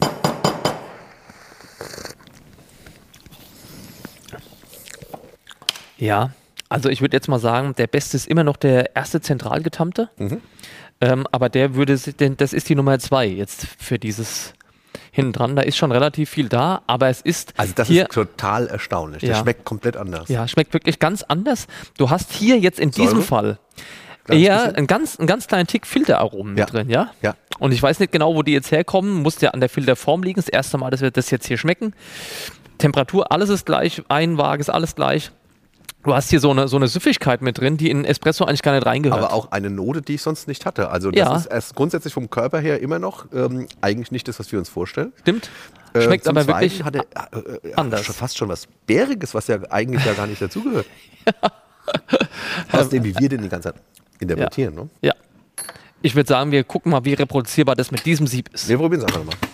Ja, also ich würde jetzt mal sagen, der Beste ist immer noch der erste zentral getammte. Mhm. Ähm, aber der würde, denn das ist die Nummer zwei jetzt für dieses hinten dran. Da ist schon relativ viel da, aber es ist Also das hier, ist total erstaunlich. Ja. Der schmeckt komplett anders. Ja, schmeckt wirklich ganz anders. Du hast hier jetzt in Säure? diesem Fall Ganz eher einen ganz, einen ganz kleinen Tick Filteraromen ja. mit drin, ja? Ja. Und ich weiß nicht genau, wo die jetzt herkommen. Muss ja an der Filterform liegen. Das erste Mal, dass wir das jetzt hier schmecken. Temperatur, alles ist gleich. Einwaage ist alles gleich. Du hast hier so eine, so eine Süffigkeit mit drin, die in Espresso eigentlich gar nicht reingehört. Aber auch eine Note, die ich sonst nicht hatte. Also das ja. ist erst grundsätzlich vom Körper her immer noch ähm, eigentlich nicht das, was wir uns vorstellen. Stimmt. Schmeckt äh, aber Zweiten wirklich hat er, äh, äh, anders. Schon fast schon was Bäriges, was ja eigentlich ja gar nicht dazugehört. ja. Aus dem, wie wir den die ganze Zeit interpretieren. Ja. Ne? ja. Ich würde sagen, wir gucken mal, wie reproduzierbar das mit diesem Sieb ist. Wir probieren es einfach mal.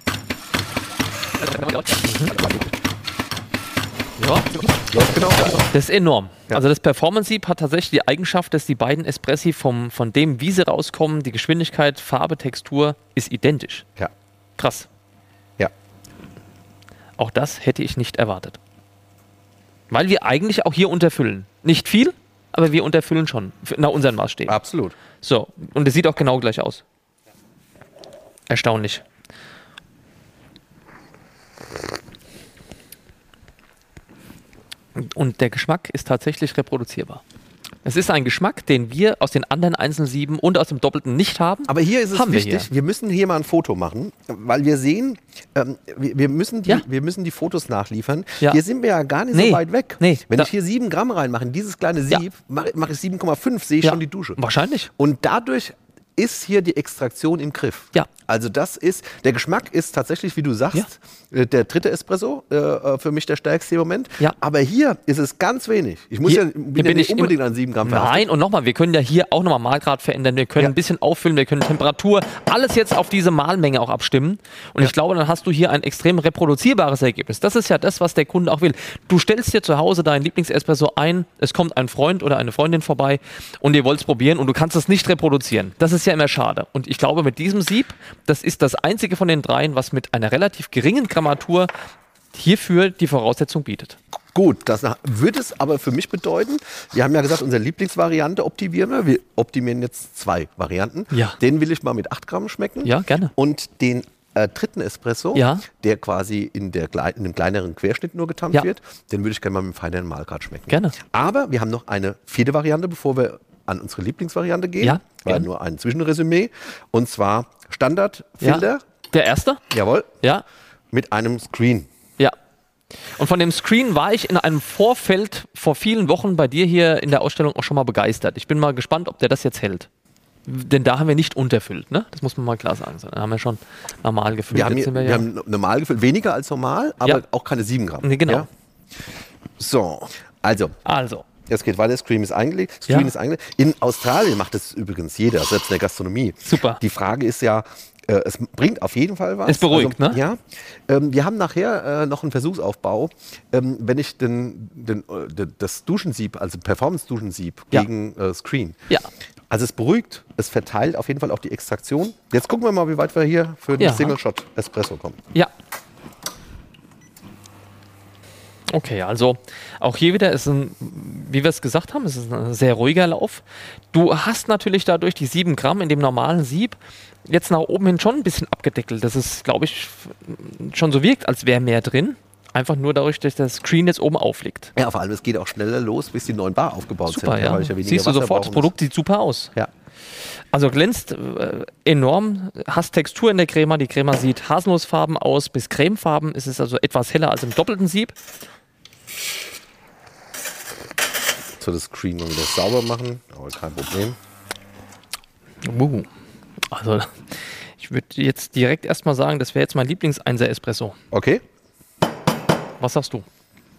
Mhm. Ja. Läuft genau. Das ist enorm. Ja. Also das Performance-Sieb hat tatsächlich die Eigenschaft, dass die beiden Espressi vom, von dem, wie sie rauskommen, die Geschwindigkeit, Farbe, Textur, ist identisch. Ja. Krass. Ja. Auch das hätte ich nicht erwartet. Weil wir eigentlich auch hier unterfüllen. Nicht viel, aber wir unterfüllen schon nach unseren Maßstäben. Absolut. So, und es sieht auch genau gleich aus. Erstaunlich. Und, und der Geschmack ist tatsächlich reproduzierbar. Es ist ein Geschmack, den wir aus den anderen Einzelsieben und aus dem Doppelten nicht haben. Aber hier ist es haben wichtig, wir, hier. wir müssen hier mal ein Foto machen, weil wir sehen, ähm, wir, wir, müssen die, ja. wir müssen die Fotos nachliefern. Ja. Hier sind wir ja gar nicht nee. so weit weg. Nee. Wenn da ich hier sieben Gramm reinmache, in dieses kleine Sieb, ja. mache mach ich sieben Komma fünf, sehe ich ja. schon die Dusche. Wahrscheinlich. Und dadurch ist hier die Extraktion im Griff. Ja. Also das ist, der Geschmack ist tatsächlich, wie du sagst, ja. der dritte Espresso, äh, für mich der stärkste im Moment. Ja. Aber hier ist es ganz wenig. Ich muss hier, ja, bin ja nicht unbedingt an sieben Gramm verhaftet. Nein, und nochmal, wir können ja hier auch nochmal Mahlgrad verändern, wir können ja. ein bisschen auffüllen, wir können Temperatur, alles jetzt auf diese Mahlmenge auch abstimmen. Und ja. ich glaube, dann hast du hier ein extrem reproduzierbares Ergebnis. Das ist ja das, was der Kunde auch will. Du stellst dir zu Hause deinen Lieblingsespresso ein, es kommt ein Freund oder eine Freundin vorbei und ihr wollt es probieren und du kannst es nicht reproduzieren. Das ist ja immer schade. Und ich glaube, mit diesem Sieb, das ist das einzige von den dreien, was mit einer relativ geringen Grammatur hierfür die Voraussetzung bietet. Gut, das würde es aber für mich bedeuten, wir haben ja gesagt, unsere Lieblingsvariante optimieren wir. Wir optimieren jetzt zwei Varianten. Ja. Den will ich mal mit acht Gramm schmecken. Ja, gerne. Und den äh, dritten Espresso, ja. der quasi in, der, in einem kleineren Querschnitt nur getankt ja. wird, den würde ich gerne mal mit einem feineren Mahlgrad schmecken. Gerne. Aber wir haben noch eine vierte Variante, bevor wir an unsere Lieblingsvariante gehen. Ja, war nur ein Zwischenresümee. Und zwar Standardfilter. Ja. Der erste? Jawohl. Ja. Mit einem Screen. Ja. Und von dem Screen war ich in einem Vorfeld vor vielen Wochen bei dir hier in der Ausstellung auch schon mal begeistert. Ich bin mal gespannt, ob der das jetzt hält. Denn da haben wir nicht unterfüllt, ne? Das muss man mal klar sagen. Da haben wir schon normal gefüllt. Wir haben, hier, wir wir ja haben normal gefüllt, weniger als normal, aber ja. auch keine sieben Gramm. Nee, genau. Ja? So, also. Also. Jetzt geht weiter, Screen ist eingelegt. Screen ja. ist eingelegt. In Australien macht das übrigens jeder, selbst in der Gastronomie. Super. Die Frage ist ja, äh, es bringt auf jeden Fall was. Es beruhigt, also, ne? Ja. Ähm, wir haben nachher äh, noch einen Versuchsaufbau. Ähm, wenn ich den, den, äh, das Duschensieb, also Performance-Duschensieb ja. gegen äh, Screen. Ja. Also es beruhigt, es verteilt auf jeden Fall auch die Extraktion. Jetzt gucken wir mal, wie weit wir hier für den ja. Single-Shot-Espresso kommen. Ja. Okay, also auch hier wieder ist ein, wie wir es gesagt haben, es ist ein sehr ruhiger Lauf. Du hast natürlich dadurch die sieben Gramm in dem normalen Sieb jetzt nach oben hin schon ein bisschen abgedeckelt. Das ist, glaube ich, schon so wirkt, als wäre mehr drin. Einfach nur dadurch, dass das Screen jetzt oben aufliegt. Ja, vor allem, es geht auch schneller los, bis die neuen Bar aufgebaut super, sind. Ja. Weil ich ja weniger Siehst du Wasser sofort, das Produkt sieht super aus. Ja. Also glänzt äh, enorm, hast Textur in der Crema. Die Crema sieht haselnussfarben aus bis cremefarben. Es ist also etwas heller als im doppelten Sieb. So, das Screen mal wieder sauber machen, aber kein Problem. Uh, also ich würde jetzt direkt erstmal sagen, das wäre jetzt mein Lieblings-Einser-Espresso. Okay. Was sagst du?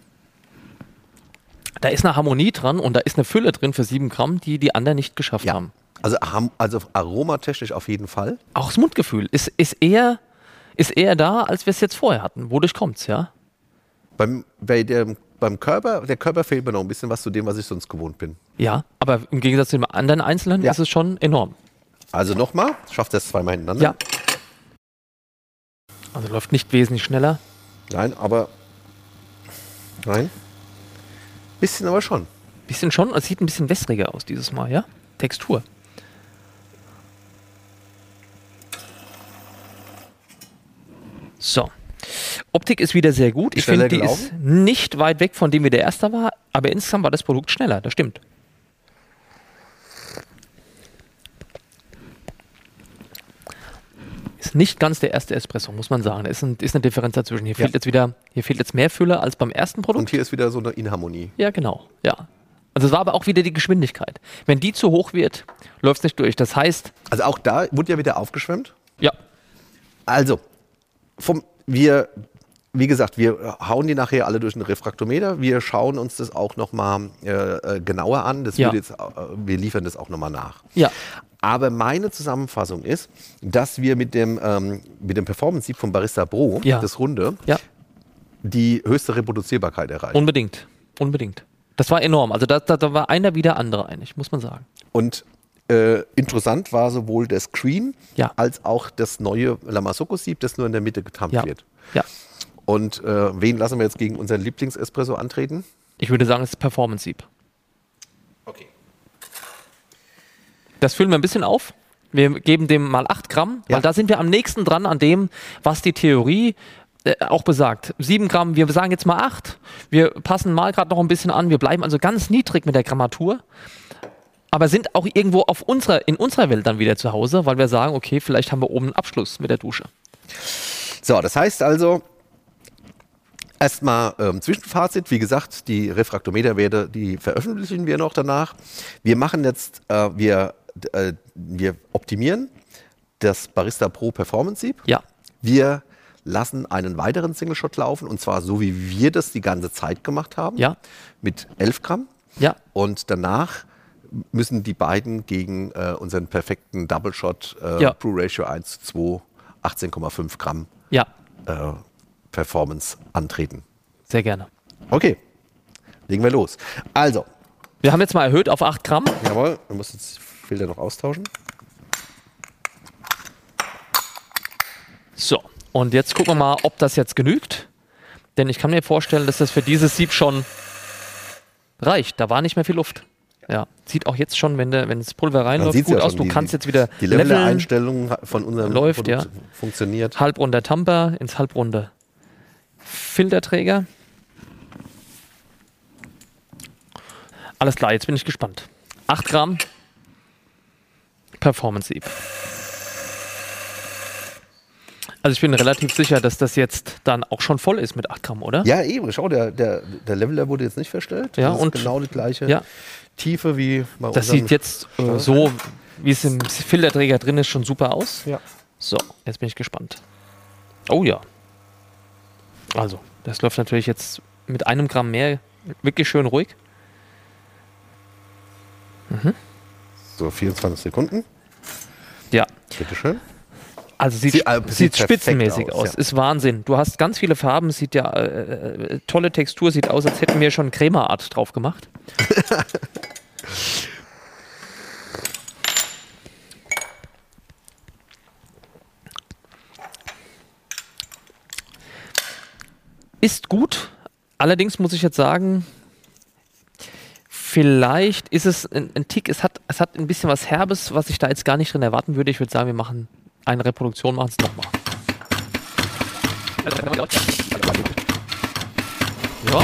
Da ist eine Harmonie dran und da ist eine Fülle drin für sieben Gramm, die die anderen nicht geschafft ja. haben. Also, also aromatechnisch auf jeden Fall. Auch das Mundgefühl ist, ist, eher, ist eher da, als wir es jetzt vorher hatten. Wodurch kommt es, ja? Beim, bei der, beim Körper, der Körper fehlt mir noch ein bisschen was zu dem, was ich sonst gewohnt bin. Ja, aber im Gegensatz zu den anderen Einzelnen ja. ist es schon enorm. Also nochmal, schafft das zweimal hintereinander? Ja. Also läuft nicht wesentlich schneller. Nein, aber nein. Bisschen aber schon. Bisschen schon, es sieht ein bisschen wässriger aus dieses Mal, ja? Textur. So. Optik ist wieder sehr gut. Ich finde, die gelaufen? ist nicht weit weg von dem, wie der erste war, aber insgesamt war das Produkt schneller, das stimmt. Ist nicht ganz der erste Espresso, muss man sagen. Da ist, ein, ist eine Differenz dazwischen. Hier, ja. fehlt jetzt wieder, hier fehlt jetzt mehr Fülle als beim ersten Produkt. Und hier ist wieder so eine Inharmonie. Ja, genau. Ja. Also es war aber auch wieder die Geschwindigkeit. Wenn die zu hoch wird, läuft es nicht durch. Das heißt... Also auch da wurde ja wieder aufgeschwemmt? Ja. Also, vom, wir, wie gesagt, wir hauen die nachher alle durch einen Refraktometer. Wir schauen uns das auch nochmal äh, genauer an. Das ja. wird jetzt, äh, wir liefern das auch nochmal nach. Ja. Aber meine Zusammenfassung ist, dass wir mit dem, ähm, mit dem Performance-Sieb von Barista Pro, ja. das Runde, ja. die höchste Reproduzierbarkeit erreichen. Unbedingt. Unbedingt. Das war enorm. Also da, da, da war einer wie der andere eigentlich, muss man sagen. Und äh, interessant war sowohl der Screen ja. als auch das neue Lamasocco-Sieb, das nur in der Mitte getampt ja. wird. Ja. Und äh, wen lassen wir jetzt gegen unseren Lieblings-Espresso antreten? Ich würde sagen, es ist Performance-Sieb. Okay. Das füllen wir ein bisschen auf. Wir geben dem mal acht Gramm, Ja. weil da sind wir am nächsten dran an dem, was die Theorie äh, auch besagt. sieben Gramm, wir sagen jetzt mal acht. Wir passen mal gerade noch ein bisschen an. Wir bleiben also ganz niedrig mit der Grammatur, aber sind auch irgendwo auf unserer, in unserer Welt dann wieder zu Hause, weil wir sagen, okay, vielleicht haben wir oben einen Abschluss mit der Dusche. So, das heißt also, erstmal ähm, Zwischenfazit. Wie gesagt, die Refraktometerwerte, die veröffentlichen wir noch danach. Wir machen jetzt, äh, wir, äh, wir optimieren das Barista Pro Performance Sieb. Ja. Wir lassen einen weiteren Single Shot laufen, und zwar so, wie wir das die ganze Zeit gemacht haben. Ja. Mit elf Gramm. Ja. Und danach müssen die beiden gegen äh, unseren perfekten Double Shot äh, Ja. Brew Ratio eins zu zwei, achtzehn Komma fünf Gramm Ja, äh, Performance antreten. sehr gerne. Okay, legen wir los. Also, Wir haben jetzt mal erhöht auf acht Gramm. jawohl, wir müssen jetzt die Filter noch austauschen. So, und jetzt gucken wir mal, ob das jetzt genügt. Denn ich kann mir vorstellen, dass das für dieses Sieb schon reicht. Da war nicht mehr viel Luft. Ja, sieht auch jetzt schon, wenn, der, wenn das Pulver reinläuft, sieht's gut ja aus. schon, Du die- kannst jetzt wieder Die leveln. Level-Einstellung von unserem Läuft, Produkt ja. funktioniert. Halbrunder Tamper ins halbrunde Filterträger. Alles klar, jetzt bin ich gespannt. acht Gramm Performance-Sieb. Also ich bin relativ sicher, dass das jetzt dann auch schon voll ist mit acht Gramm, oder? Ja, eben, schau, der, der, der Leveler wurde jetzt nicht verstellt. Ja, das ist und- genau die gleiche Ja. Tiefe wie bei Das unserem sieht jetzt äh, so, wie es im Filterträger drin ist, schon super aus. Ja. So, jetzt bin ich gespannt. Oh ja. Also, das läuft natürlich jetzt mit einem Gramm mehr wirklich schön ruhig. So, vierundzwanzig Sekunden. Ja, Bitteschön. also sieht, Sieht- äh, sieht, sieht perfekt spitzenmäßig aus, aus. ja. Ist Wahnsinn. Du hast ganz viele Farben, sieht ja äh, äh, tolle Textur, sieht aus, als hätten wir schon Crema-Art drauf gemacht. Ist gut. Allerdings muss ich jetzt sagen, vielleicht ist es ein, ein Tick, es hat, es hat ein bisschen was Herbes, was ich da jetzt gar nicht drin erwarten würde. Ich würde sagen, wir machen eine Reproduktion, machen es nochmal. Ja.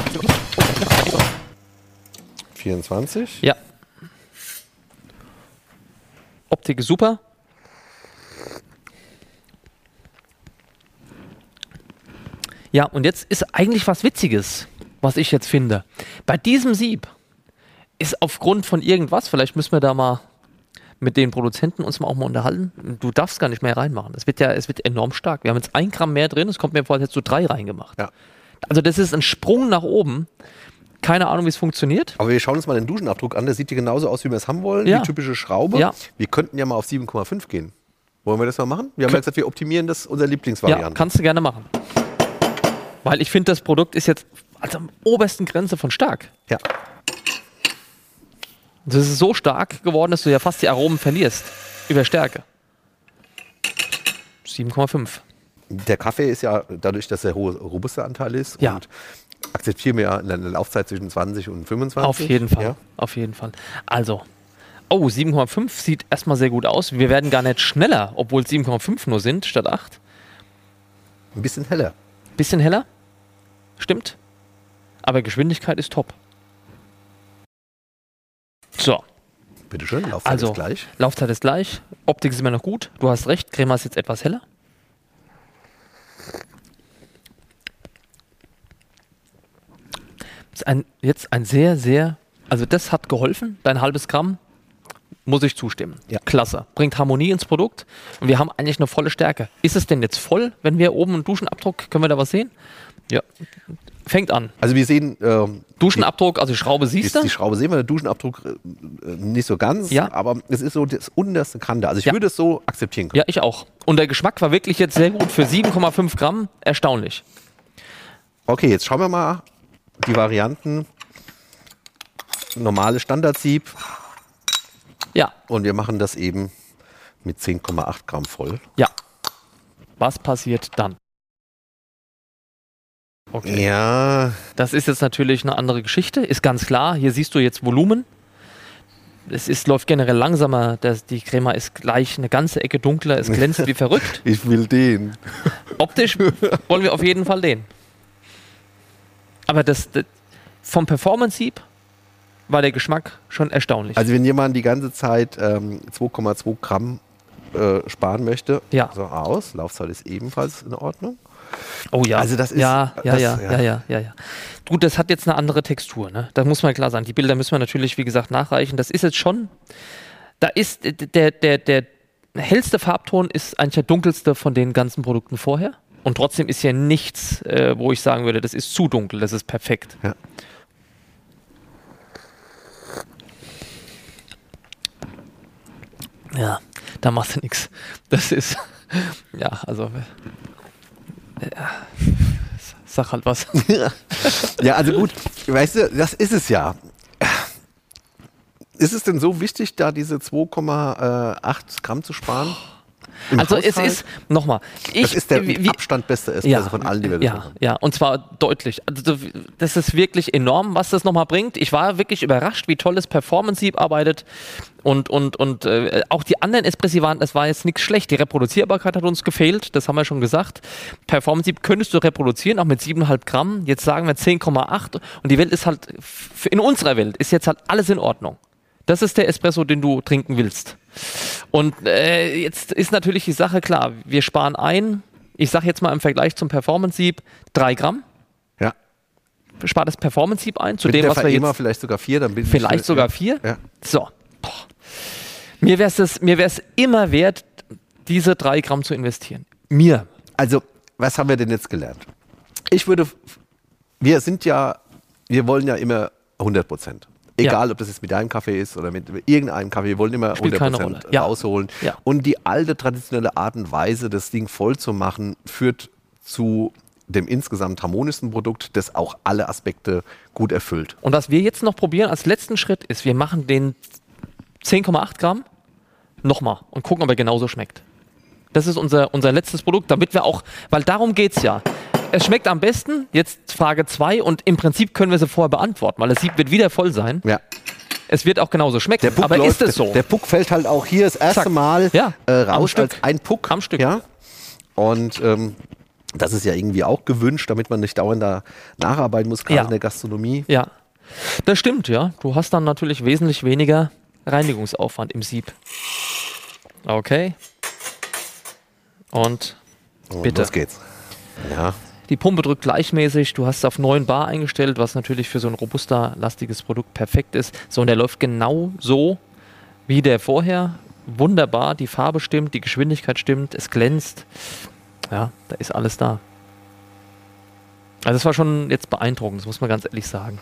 vierundzwanzig. Ja. Optik ist super. Ja, und jetzt ist eigentlich was Witziges, was ich jetzt finde. Bei diesem Sieb ist aufgrund von irgendwas, vielleicht müssen wir da mal mit den Produzenten uns mal auch mal unterhalten. Du darfst gar nicht mehr reinmachen. Es wird ja, es wird enorm stark. Wir haben jetzt ein Gramm mehr drin. Es kommt mir vor, als hättest du drei reingemacht. Ja. Also das ist ein Sprung nach oben. Keine Ahnung, wie es funktioniert. Aber wir schauen uns mal den Duschenabdruck an. Der sieht hier genauso aus, wie wir es haben wollen. Ja. Die typische Schraube. Ja. Wir könnten ja mal auf sieben Komma fünf gehen. Wollen wir das mal machen? Wir haben Kön- ja gesagt, wir optimieren das, unsere Ja, Lieblingsvariante. kannst du gerne machen. Weil ich finde, das Produkt ist jetzt also am obersten Grenze von stark. Ja. Das ist so stark geworden, dass du ja fast die Aromen verlierst. Über Stärke. sieben Komma fünf. Der Kaffee ist ja dadurch, dass er hohe robuste Anteil ist. Ja. Und akzeptieren wir ja eine Laufzeit zwischen zwanzig und fünfundzwanzig. Auf jeden Fall. Ja. Auf jeden Fall. Also, oh, sieben Komma fünf sieht erstmal sehr gut aus. Wir werden gar nicht schneller, obwohl es sieben Komma fünf nur sind, statt acht. Ein bisschen heller. Bisschen heller. Stimmt. Aber Geschwindigkeit ist top. So, Bitteschön, Laufzeit also ist gleich. Laufzeit ist gleich. Optik ist immer noch gut. Du hast recht, Crema ist jetzt etwas heller. Ist ein, jetzt ein sehr, sehr, also das hat geholfen, dein halbes Gramm, muss ich zustimmen. Ja. Klasse. Bringt Harmonie ins Produkt und wir haben eigentlich eine volle Stärke. Ist es denn jetzt voll, wenn wir oben einen Duschenabdruck, können wir da was sehen? Ja. Fängt an. Also wir sehen, ähm, Duschenabdruck, also die Schraube die, siehst du? die Schraube sehen wir, der Duschenabdruck äh, nicht so ganz, Ja. aber es ist so das unterste Kante. Also ich Ja. würde es so akzeptieren können. Ja, ich auch. Und der Geschmack war wirklich jetzt sehr gut. Für sieben Komma fünf Gramm erstaunlich. Okay, jetzt schauen wir mal die Varianten. Normale Standardsieb Ja, und wir machen das eben mit zehn Komma acht Gramm voll. ja. Was passiert dann? Okay. Ja, Das ist jetzt natürlich eine andere Geschichte, ist ganz klar. Hier siehst du jetzt Volumen. es ist, läuft generell langsamer. Das, die Crema ist gleich eine ganze Ecke dunkler. Es glänzt wie verrückt. Ich will den. Optisch wollen wir auf jeden Fall den. Aber das, das vom Performance-Sieb war der Geschmack schon erstaunlich. Also wenn jemand die ganze Zeit ähm, zwei Komma zwei Gramm äh, sparen möchte, ja. so aus. Laufzeit ist ebenfalls in Ordnung. Oh ja, also das ist, ja, ja, das, ja, ja, ja, ja, ja. Gut, das hat jetzt eine andere Textur, ne? Das muss man klar sagen. Die Bilder müssen wir natürlich, wie gesagt, nachreichen. Das ist jetzt schon, da ist der, der, der hellste Farbton ist eigentlich der dunkelste von den ganzen Produkten vorher. Und trotzdem ist hier nichts, äh, wo ich sagen würde, das ist zu dunkel, das ist perfekt. Ja. Ja, da machst du nichts. Das ist, ja, also, ja, sag halt was. Ja, also gut, weißt du, das ist es ja. Ist es denn so wichtig, da diese zwei Komma acht Gramm zu sparen? Im also Haushalt? es ist, nochmal, ich... Das ist der wie, wie, Abstand beste Espresso ja, von allen, die wir ja, haben. Ja, und zwar deutlich. Also das ist wirklich enorm, was das nochmal bringt. Ich war wirklich überrascht, wie toll das Performance-Sieb arbeitet. Und, und, und äh, auch die anderen Espressi waren, das war jetzt nichts schlecht. Die Reproduzierbarkeit hat uns gefehlt, das haben wir schon gesagt. Performance-Sieb könntest du reproduzieren, auch mit sieben Komma fünf Gramm. Jetzt sagen wir zehn Komma acht. Und die Welt ist halt, in unserer Welt ist jetzt halt alles in Ordnung. Das ist der Espresso, den du trinken willst. Und äh, jetzt ist natürlich die Sache klar, wir sparen ein, ich sage jetzt mal im Vergleich zum Performance-Sieb, drei Gramm. Ja. Spart das Performance-Sieb ein, zu Mit dem, der was wir jetzt... vielleicht sogar vier, dann bin ich Vielleicht ich, sogar ja. vier? Ja. So. Boah. Mir wäre es mir wär's immer wert, diese drei Gramm zu investieren. Mir. Also, was haben wir denn jetzt gelernt? Ich würde, wir sind ja, wir wollen ja immer hundert Prozent. Egal, ja. ob das jetzt mit deinem Kaffee ist oder mit irgendeinem Kaffee, wir wollen immer Spielt hundert Prozent ja. rausholen. Ja. Und die alte traditionelle Art und Weise, das Ding voll zu machen, führt zu dem insgesamt harmonischsten Produkt, das auch alle Aspekte gut erfüllt. Und was wir jetzt noch probieren als letzten Schritt ist, wir machen den zehn Komma acht Gramm nochmal und gucken, ob er genauso schmeckt. Das ist unser, unser letztes Produkt, damit wir auch, weil darum geht es ja. Es schmeckt am besten, jetzt Frage zwei, und im Prinzip können wir sie vorher beantworten, weil das Sieb wird wieder voll sein. Ja. Es wird auch genauso schmecken, aber läuft, ist es so? Der Puck fällt halt auch hier das erste Zack. Mal ja. äh, raus als ein Puck. Am Stück. Ja. Und ähm, das ist ja irgendwie auch gewünscht, damit man nicht dauernd da nacharbeiten muss, gerade ja. in der Gastronomie. Ja, das stimmt, ja. Du hast dann natürlich wesentlich weniger Reinigungsaufwand im Sieb. Okay. Und Und bitte. los geht's. Ja. Die Pumpe drückt gleichmäßig, du hast es auf neun Bar eingestellt, was natürlich für so ein robuster, lastiges Produkt perfekt ist. So, und der läuft genau so wie der vorher. Wunderbar, die Farbe stimmt, die Geschwindigkeit stimmt, es glänzt. Ja, da ist alles da. Also das war schon jetzt beeindruckend, das muss man ganz ehrlich sagen.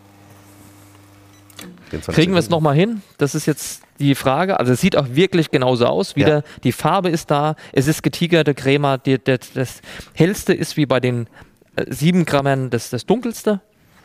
Kriegen wir es nochmal hin? Das ist jetzt die Frage. Also es sieht auch wirklich genauso aus. Wieder, ja. Die Farbe ist da, es ist getigerte Crema. Die, die, das hellste ist wie bei den äh, sieben Grammern das, das dunkelste.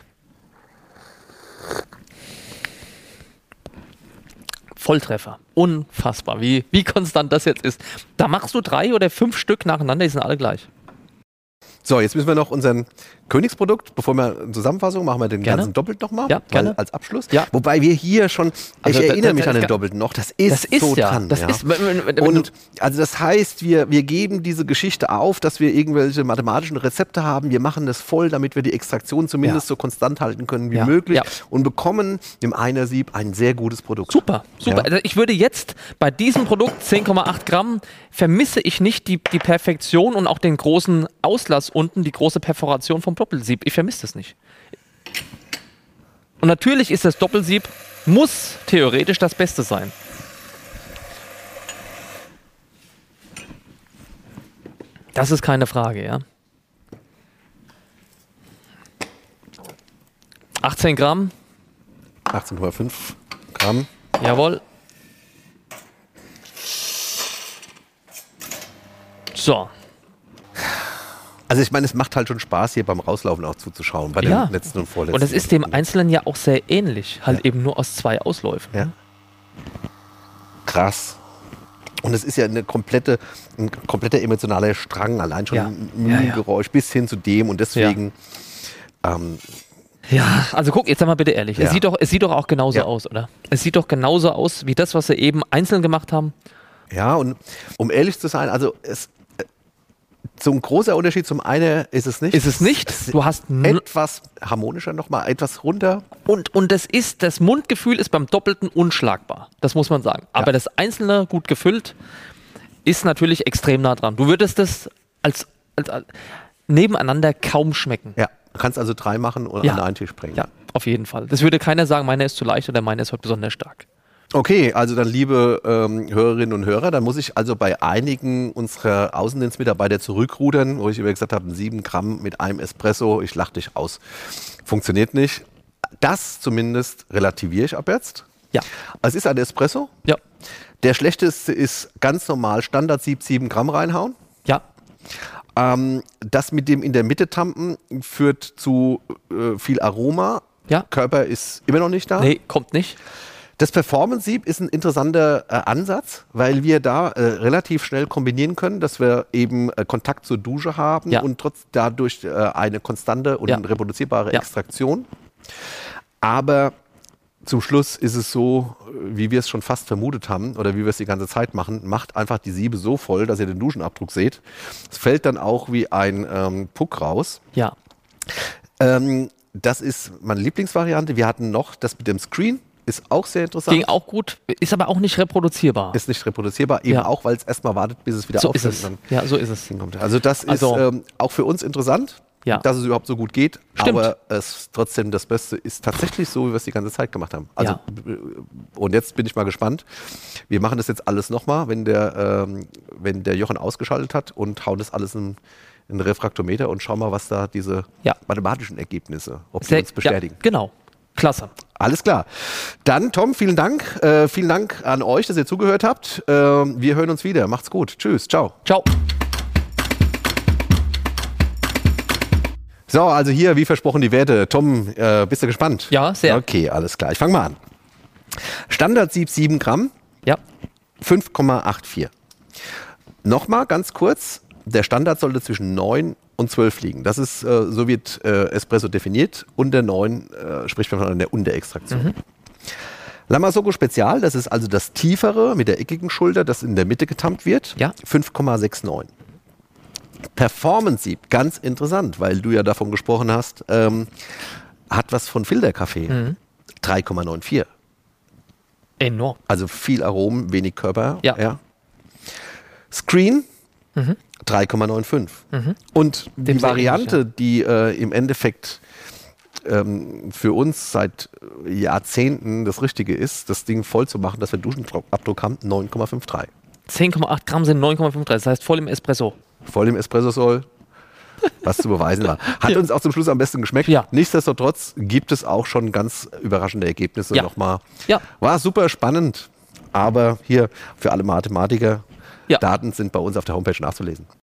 Volltreffer. Unfassbar, wie, wie konstant das jetzt ist. Da machst du drei oder fünf Stück nacheinander, die sind alle gleich. So, jetzt müssen wir noch unseren Königsprodukt, bevor wir eine Zusammenfassung machen, wir den gerne. ganzen doppelt nochmal, ja, gerne. als Abschluss. Ja. Wobei wir hier schon, also, ich erinnere das, mich das, an den das, doppelten noch, das ist, das ist so ja, dran. Das ja. ist, wenn, wenn, wenn Und also das heißt, wir, wir geben diese Geschichte auf, dass wir irgendwelche mathematischen Rezepte haben, wir machen das voll, damit wir die Extraktion zumindest ja. so konstant halten können wie ja. möglich ja. und bekommen im Einer-Sieb ein sehr gutes Produkt. Super, super. Ja. Also ich würde jetzt bei diesem Produkt zehn Komma acht Gramm vermisse ich nicht die, die Perfektion und auch den großen Auslass unten, die große Perforation vom Doppelsieb. Ich vermisse das nicht. Und natürlich ist das Doppelsieb, muss theoretisch das Beste sein. Das ist keine Frage, ja. achtzehn Gramm. achtzehn Komma fünf Gramm. Jawohl. So. Also ich meine, es macht halt schon Spaß, hier beim Rauslaufen auch zuzuschauen, bei ja. den letzten und vorletzten. Und es ist dem Einzelnen ja auch sehr ähnlich, halt ja. eben nur aus zwei Ausläufen. Ja. Krass. Und es ist ja eine komplette, ein kompletter emotionaler Strang, allein schon ja. ein Mühlengeräusch ja, ja. bis hin zu dem und deswegen... Ja. Ähm, Ja, also guck, jetzt sag mal bitte ehrlich. Ja. Es, sieht doch, es sieht doch auch genauso Ja. aus, oder? Es sieht doch genauso aus wie das, was wir eben einzeln gemacht haben. Ja, und um ehrlich zu sein, also es, äh, so ein großer Unterschied zum einen ist es nicht. Ist es nicht? Es Du hast n- etwas harmonischer nochmal, etwas runter. und, und das ist, das Mundgefühl ist beim Doppelten unschlagbar. Das muss man sagen. Aber Ja. das Einzelne, gut gefüllt, ist natürlich extrem nah dran. Du würdest das als, als, als nebeneinander kaum schmecken. Ja, du kannst also drei machen und Ja. an einen Tisch bringen. Ja, auf jeden Fall. Das würde keiner sagen, meiner ist zu leicht oder meiner ist heute besonders stark. Okay, also dann liebe ähm, Hörerinnen und Hörer, dann muss ich also bei einigen unserer Außendienstmitarbeiter zurückrudern, wo ich über gesagt habe, sieben Gramm mit einem Espresso, ich lach dich aus. Funktioniert nicht. Das zumindest relativiere ich ab jetzt. Ja. Es ist ein Espresso. Ja. Der schlechteste ist ganz normal Standard-Sieb sieben Gramm reinhauen. Ja. Ähm, das mit dem in der Mitte tampen führt zu äh, viel Aroma. Ja. Körper ist immer noch nicht da. Nee, kommt nicht. Das Performance-Sieb ist ein interessanter äh, Ansatz, weil wir da äh, relativ schnell kombinieren können, dass wir eben äh, Kontakt zur Dusche haben Ja. und trotz dadurch äh, eine konstante und Ja. reproduzierbare Ja. Extraktion. Aber zum Schluss ist es so, äh, wie wir es schon fast vermutet haben oder wie wir es die ganze Zeit machen, macht einfach die Siebe so voll, dass ihr den Duschenabdruck seht. Es fällt dann auch wie ein ähm, Puck raus. Ja. Ähm, das ist meine Lieblingsvariante. Wir hatten noch das mit dem Screen. Ist auch sehr interessant. Ging auch gut, ist aber auch nicht reproduzierbar. Ist nicht reproduzierbar, eben Ja. auch, weil es erstmal wartet, bis es wieder so ist aufhört. es. und Ja, so ist es. dann kommt. Also das Also- ist ähm, auch für uns interessant, Ja. dass es überhaupt so gut geht. Stimmt. Aber es trotzdem das Beste ist tatsächlich so, wie wir es die ganze Zeit gemacht haben. Also Ja. äh, und jetzt bin ich mal gespannt. Wir machen das jetzt alles nochmal, wenn der, ähm, wenn der Jochen ausgeschaltet hat und hauen das alles in, in den Refraktometer und schauen mal, was da diese Ja. mathematischen Ergebnisse, ob die Sehr- uns bestätigen. Ja, genau. Klasse. Alles klar. Dann, Tom, vielen Dank. Äh, vielen Dank an euch, dass ihr zugehört habt. Äh, wir hören uns wieder. Macht's gut. Tschüss. Ciao. Ciao. So, also hier, wie versprochen, die Werte. Tom, äh, bist du gespannt? Ja, sehr. Okay, alles klar. Ich fange mal an. Standard-Sieb sieben Gramm, Ja. fünf Komma achtundachtzig. Nochmal ganz kurz. Der Standard sollte zwischen neun und zwölf liegen. Das ist, äh, so wird äh, Espresso definiert. Unter neun äh, spricht man von der Unterextraktion. Mhm. Lamasoko Spezial, das ist also das tiefere mit der eckigen Schulter, das in der Mitte getampt wird. Ja. fünf Komma neunundsechzig. Performance-Sieb, ganz interessant, weil du ja davon gesprochen hast, ähm, hat was von Filterkaffee. Mhm. drei Komma vierundneunzig. Enorm. Also viel Aromen, wenig Körper. Ja. Screen, Mhm. drei Komma fünfundneunzig. Mhm. Und Dem die sehr Variante, ähnlich, die äh, im Endeffekt ähm, für uns seit Jahrzehnten das Richtige ist, das Ding voll zu machen, dass wir Duschenabdruck haben, neun Komma dreiundfünfzig. zehn Komma acht Gramm sind neun Komma fünfunddreißig. Das heißt voll im Espresso. Voll im Espresso soll, was zu beweisen war. Hat Ja. uns auch zum Schluss am besten geschmeckt. Ja. Nichtsdestotrotz gibt es auch schon ganz überraschende Ergebnisse Ja. nochmal. Ja. War super spannend, aber hier für alle Mathematiker, Ja. Daten sind bei uns auf der Homepage nachzulesen.